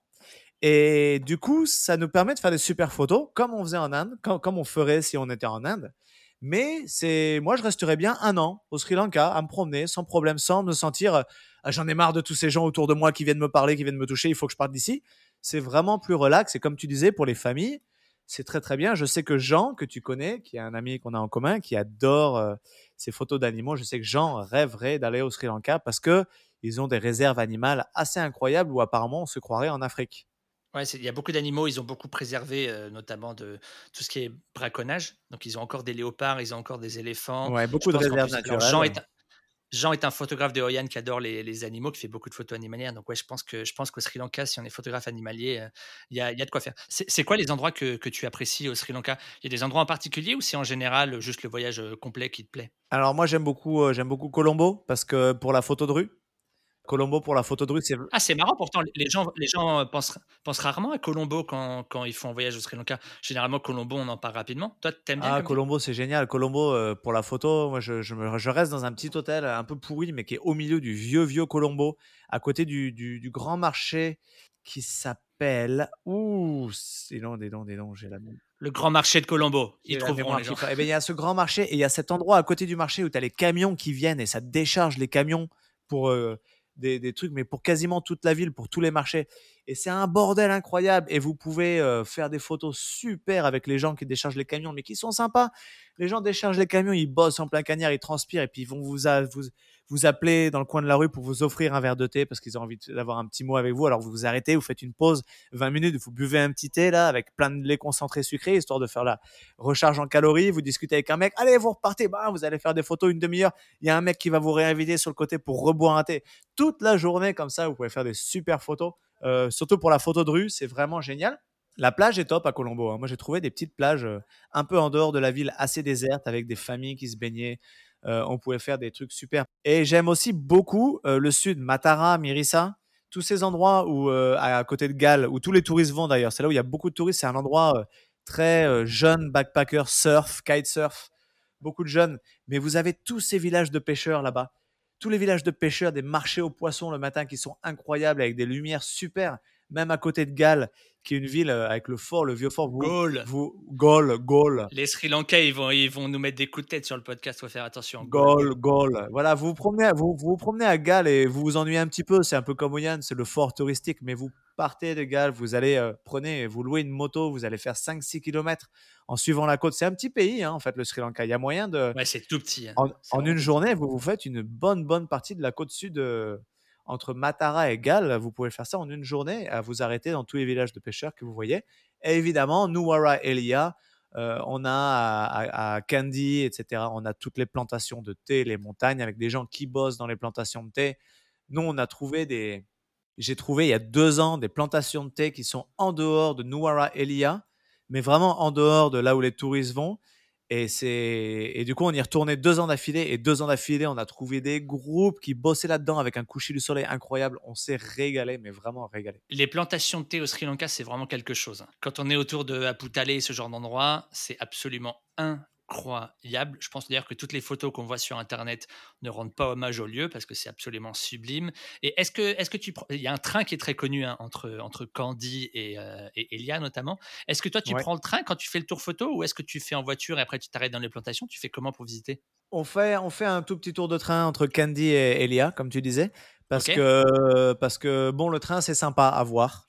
Et du coup, ça nous permet de faire des super photos, comme on faisait en Inde, comme, comme on ferait si on était en Inde. Mais c'est, moi, je resterais bien un an au Sri Lanka à me promener sans problème, sans me sentir, ah, j'en ai marre de tous ces gens autour de moi qui viennent me parler, qui viennent me toucher, il faut que je parte d'ici. C'est vraiment plus relax. Et comme tu disais, pour les familles, c'est très très bien. Je sais que Jean, que tu connais, qui est un ami qu'on a en commun, qui adore euh, ces photos d'animaux, je sais que Jean rêverait d'aller au Sri Lanka parce que ils ont des réserves animales assez incroyables où apparemment on se croirait en Afrique. Ouais, c'est- il y a beaucoup d'animaux, ils ont beaucoup préservé, euh, notamment de tout ce qui est braconnage. Donc, ils ont encore des léopards, ils ont encore des éléphants. Ouais, Je beaucoup de pense qu'en réserves plus, alors Jean naturelles. est un, Jean est un photographe de Hoyan qui adore les, les animaux, qui fait beaucoup de photos animalières. Donc, ouais, je pense que je pense qu'au Sri Lanka, si on est photographe animalier, euh, il y a, il y a de quoi faire. C'est c'est quoi les endroits que, que tu apprécies au Sri Lanka? Il y a des endroits en particulier ou c'est en général juste le voyage euh, complet qui te plaît? Alors moi j'aime beaucoup, euh, j'aime beaucoup Colombo parce que pour la photo de rue, Colombo pour la photo de rue, c'est Ah, c'est marrant, pourtant, les gens, les gens euh, pensent, pensent rarement à Colombo quand, quand ils font un voyage au Sri Lanka. Généralement, Colombo, on en parle rapidement. Toi, t'aimes bien ah comme ville? Colombo c'est génial. Colombo euh, pour la photo, moi je, je, me- je reste dans un petit hôtel un peu pourri mais qui est au milieu du vieux vieux Colombo, à côté du, du, du grand marché qui s'appelle ouh, c'est long, des noms, des noms, j'ai la Le grand marché de Colombo, ils J'ai la trouveront mémoire les qui gens. part. Eh ben, il y a ce grand marché et il y a cet endroit à côté du marché où tu as les camions qui viennent et ça décharge les camions pour euh, des, des trucs, mais pour quasiment toute la ville, pour tous les marchés. Et c'est un bordel incroyable. Et vous pouvez euh, faire des photos super avec les gens qui déchargent les camions, mais qui sont sympas. Les gens déchargent les camions, ils bossent en plein cagnard, ils transpirent et puis ils vont vous, a- vous, vous appeler dans le coin de la rue pour vous offrir un verre de thé parce qu'ils ont envie d'avoir un petit mot avec vous. Alors vous vous arrêtez, vous faites une pause, vingt minutes, vous buvez un petit thé là avec plein de lait concentré sucré, histoire de faire la recharge en calories, vous discutez avec un mec, allez, vous repartez, bah, vous allez faire des photos une demi-heure, il y a un mec qui va vous réinviter sur le côté pour reboire un thé. Toute la journée comme ça, vous pouvez faire des super photos, euh, surtout pour la photo de rue, c'est vraiment génial. La plage est top à Colombo, hein. Moi, j'ai trouvé des petites plages euh, un peu en dehors de la ville, assez désertes, avec des familles qui se baignaient. Euh, on pouvait faire des trucs super. Et j'aime aussi beaucoup euh, le sud, Matara, Mirissa, tous ces endroits où, euh, à côté de Galles, où tous les touristes vont d'ailleurs. C'est là où il y a beaucoup de touristes. C'est un endroit euh, très euh, jeune, backpacker, surf, kitesurf, beaucoup de jeunes. Mais vous avez tous ces villages de pêcheurs là-bas. Tous les villages de pêcheurs, des marchés aux poissons le matin qui sont incroyables avec des lumières super. Même à côté de Galles, qui est une ville euh, avec le fort, le vieux fort, vous, Gaulle. vous, Gaulle, Gaulle. Les Sri Lankais, ils vont, ils vont nous mettre des coups de tête sur le podcast. Faut faire attention. Gaulle, Gaulle, Gaulle. Gaulle. Voilà, vous vous promenez, vous, vous vous promenez à Galles et vous vous ennuyez un petit peu. C'est un peu comme Oyan, c'est le fort touristique. Mais vous partez de Galles, vous allez, euh, prenez, vous louez une moto, vous allez faire cinq six kilomètres en suivant la côte. C'est un petit pays, hein, en fait, le Sri Lanka. Il y a moyen de, Ouais, c'est tout petit, hein. en, C'est en vraiment une tout petit. journée, vous vous faites une bonne, bonne partie de la côte sud euh, entre Matara et Galles. Vous pouvez faire ça en une journée, à vous arrêter dans tous les villages de pêcheurs que vous voyez. Et évidemment, Nuwara Elia, euh, on a à, à, à Kandy, et cetera. On a toutes les plantations de thé, les montagnes, avec des gens qui bossent dans les plantations de thé. Nous, on a trouvé des. J'ai trouvé il y a deux ans des plantations de thé qui sont en dehors de Nuwara Elia, mais vraiment en dehors de là où les touristes vont. Et, c'est... et du coup, on y est retourné deux ans d'affilée. Et deux ans d'affilée, on a trouvé des groupes qui bossaient là-dedans avec un coucher du soleil incroyable. On s'est régalé, mais vraiment régalé. Les plantations de thé au Sri Lanka, c'est vraiment quelque chose, hein. Quand on est autour de Aputale, ce genre d'endroit, c'est absolument incroyable. Je pense d'ailleurs que toutes les photos qu'on voit sur Internet ne rendent pas hommage au lieu parce que c'est absolument sublime. Et est-ce que, est-ce que tu, prends- il y a un train qui est très connu, hein, entre entre Kandy et, euh, et Elia notamment. Est-ce que toi tu Ouais. prends le train quand tu fais le tour photo ou est-ce que tu fais en voiture et après tu t'arrêtes dans les plantations? Tu fais comment pour visiter? On fait, on fait un tout petit tour de train entre Candy et Elia, comme tu disais, parce Ok. que, parce que bon, le train, c'est sympa à voir.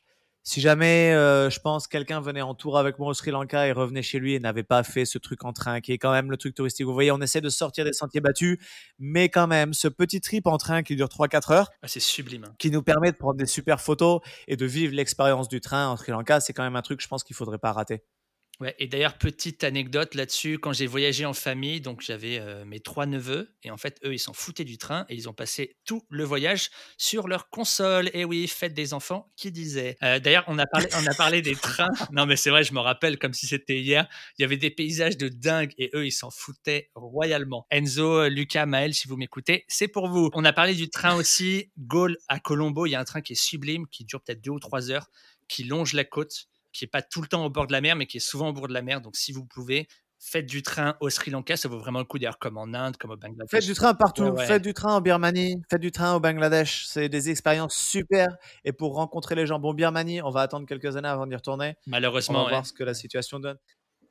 Si jamais, euh, je pense, quelqu'un venait en tour avec moi au Sri Lanka et revenait chez lui et n'avait pas fait ce truc en train, qui est quand même le truc touristique. Vous voyez, on essaie de sortir des sentiers battus, mais quand même, ce petit trip en train qui dure trois quatre heures, Ah, c'est sublime. Hein. qui nous permet de prendre des super photos et de vivre l'expérience du train en Sri Lanka, c'est quand même un truc, je pense, qu'il faudrait pas rater. Ouais, et d'ailleurs, petite anecdote là-dessus, quand j'ai voyagé en famille, donc j'avais euh, mes trois neveux, et en fait, eux, ils s'en foutaient du train, et ils ont passé tout le voyage sur leur console. Et oui, fête des enfants, qui disait. Euh, d'ailleurs, on a parlé, on a parlé des trains. Non, mais c'est vrai, je me rappelle comme si c'était hier. Il y avait des paysages de dingue, et eux, ils s'en foutaient royalement. Enzo, Lucas, Maël, si vous m'écoutez, c'est pour vous. On a parlé du train aussi. Gaulle à Colombo, il y a un train qui est sublime, qui dure peut-être deux ou trois heures, qui longe la côte, qui n'est pas tout le temps au bord de la mer, mais qui est souvent au bord de la mer. Donc, si vous pouvez, faites du train au Sri Lanka. Ça vaut vraiment le coup, d'ailleurs, comme en Inde, comme au Bangladesh. Faites du train partout. Ouais, ouais. Faites du train en Birmanie. Faites du train au Bangladesh. C'est des expériences super. Et pour rencontrer les gens, bon, Birmanie, on va attendre quelques années avant d'y retourner. Malheureusement, on va ouais. voir ce que la situation donne.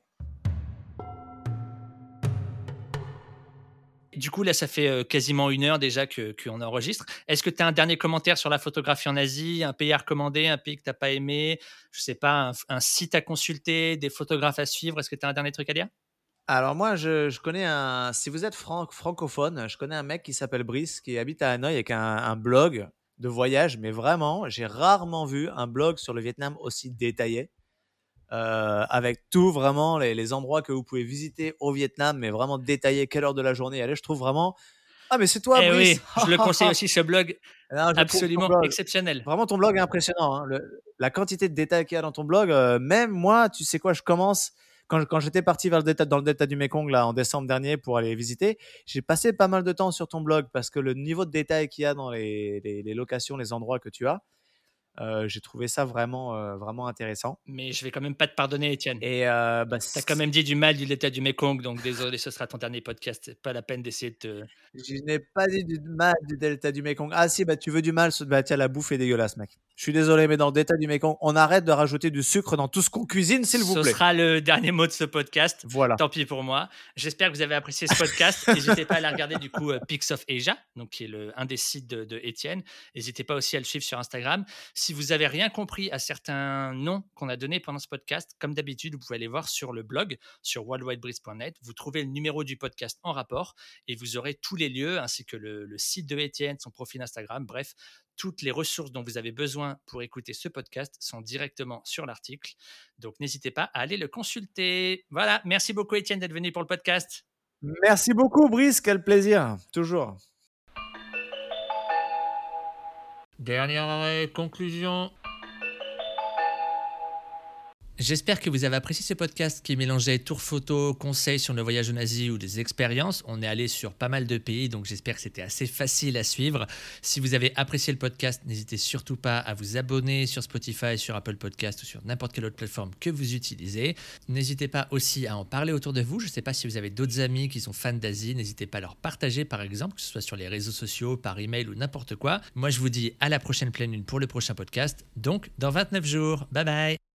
Du coup, là, ça fait euh, quasiment une heure déjà que, qu'on enregistre. Est-ce que tu as un dernier commentaire sur la photographie en Asie, un pays à recommander, un pays que tu n'as pas aimé, je sais pas, un, un site à consulter, des photographes à suivre? Est-ce que tu as un dernier truc à dire? Alors moi, je, je connais un... Si vous êtes franc- francophone, je connais un mec qui s'appelle Brice, qui habite à Hanoï avec un, un blog de voyage. Mais vraiment, j'ai rarement vu un blog sur le Vietnam aussi détaillé. Euh, avec tout vraiment les, les endroits que vous pouvez visiter au Vietnam, mais vraiment détaillé, quelle heure de la journée y aller. Je trouve vraiment... Ah, mais c'est toi, Eh Brice. oui, je le conseille aussi, ce blog, Non, je trouve ton absolument blog- exceptionnel. Vraiment, ton blog est impressionnant. Hein. Le- la quantité de détails qu'il y a dans ton blog, euh, même moi, tu sais quoi, je commence... Quand, quand j'étais parti vers le delta, dans le delta du Mekong là, en décembre dernier pour aller visiter, j'ai passé pas mal de temps sur ton blog parce que le niveau de détail qu'il y a dans les, les, les locations, les endroits que tu as, euh, j'ai trouvé ça vraiment, euh, vraiment intéressant. Mais je vais quand même pas te pardonner, Étienne. Et euh, bah, Tu as quand même dit du mal du delta du Mekong, donc désolé, ce sera ton dernier podcast. C'est pas la peine d'essayer de te... je n'ai pas dit du mal du delta du Mekong. Ah si, bah tu veux du mal, bah tiens, la bouffe est dégueulasse, mec. Je suis désolé, mais dans le delta du Mekong, on arrête de rajouter du sucre dans tout ce qu'on cuisine, s'il vous Ce plaît. sera le dernier mot de ce podcast. Voilà. Tant pis pour moi. J'espère que vous avez apprécié ce podcast. N'hésitez pas à aller regarder du coup euh, Pics of Asia, donc qui est le, un des sites de, de Étienne. N'hésitez pas aussi à le suivre sur Instagram. Si vous avez rien compris à certains noms qu'on a donnés pendant ce podcast, comme d'habitude, vous pouvez aller voir sur le blog, sur worldwidebreeze point net. Vous trouvez le numéro du podcast en rapport et vous aurez tous les lieux ainsi que le, le site de Étienne, son profil Instagram, bref. Toutes les ressources dont vous avez besoin pour écouter ce podcast sont directement sur l'article. Donc, n'hésitez pas à aller le consulter. Voilà, merci beaucoup Étienne d'être venu pour le podcast. Merci beaucoup, Brice, quel plaisir, toujours. Dernière conclusion. J'espère que vous avez apprécié ce podcast qui mélangeait tour photo, conseils sur le voyage en Asie ou des expériences. On est allé sur pas mal de pays, donc j'espère que c'était assez facile à suivre. Si vous avez apprécié le podcast, n'hésitez surtout pas à vous abonner sur Spotify, sur Apple Podcast ou sur n'importe quelle autre plateforme que vous utilisez. N'hésitez pas aussi à en parler autour de vous. Je ne sais pas si vous avez d'autres amis qui sont fans d'Asie. N'hésitez pas à leur partager, par exemple, que ce soit sur les réseaux sociaux, par email ou n'importe quoi. Moi, je vous dis à la prochaine pleine lune pour le prochain podcast, donc dans vingt-neuf jours. Bye bye.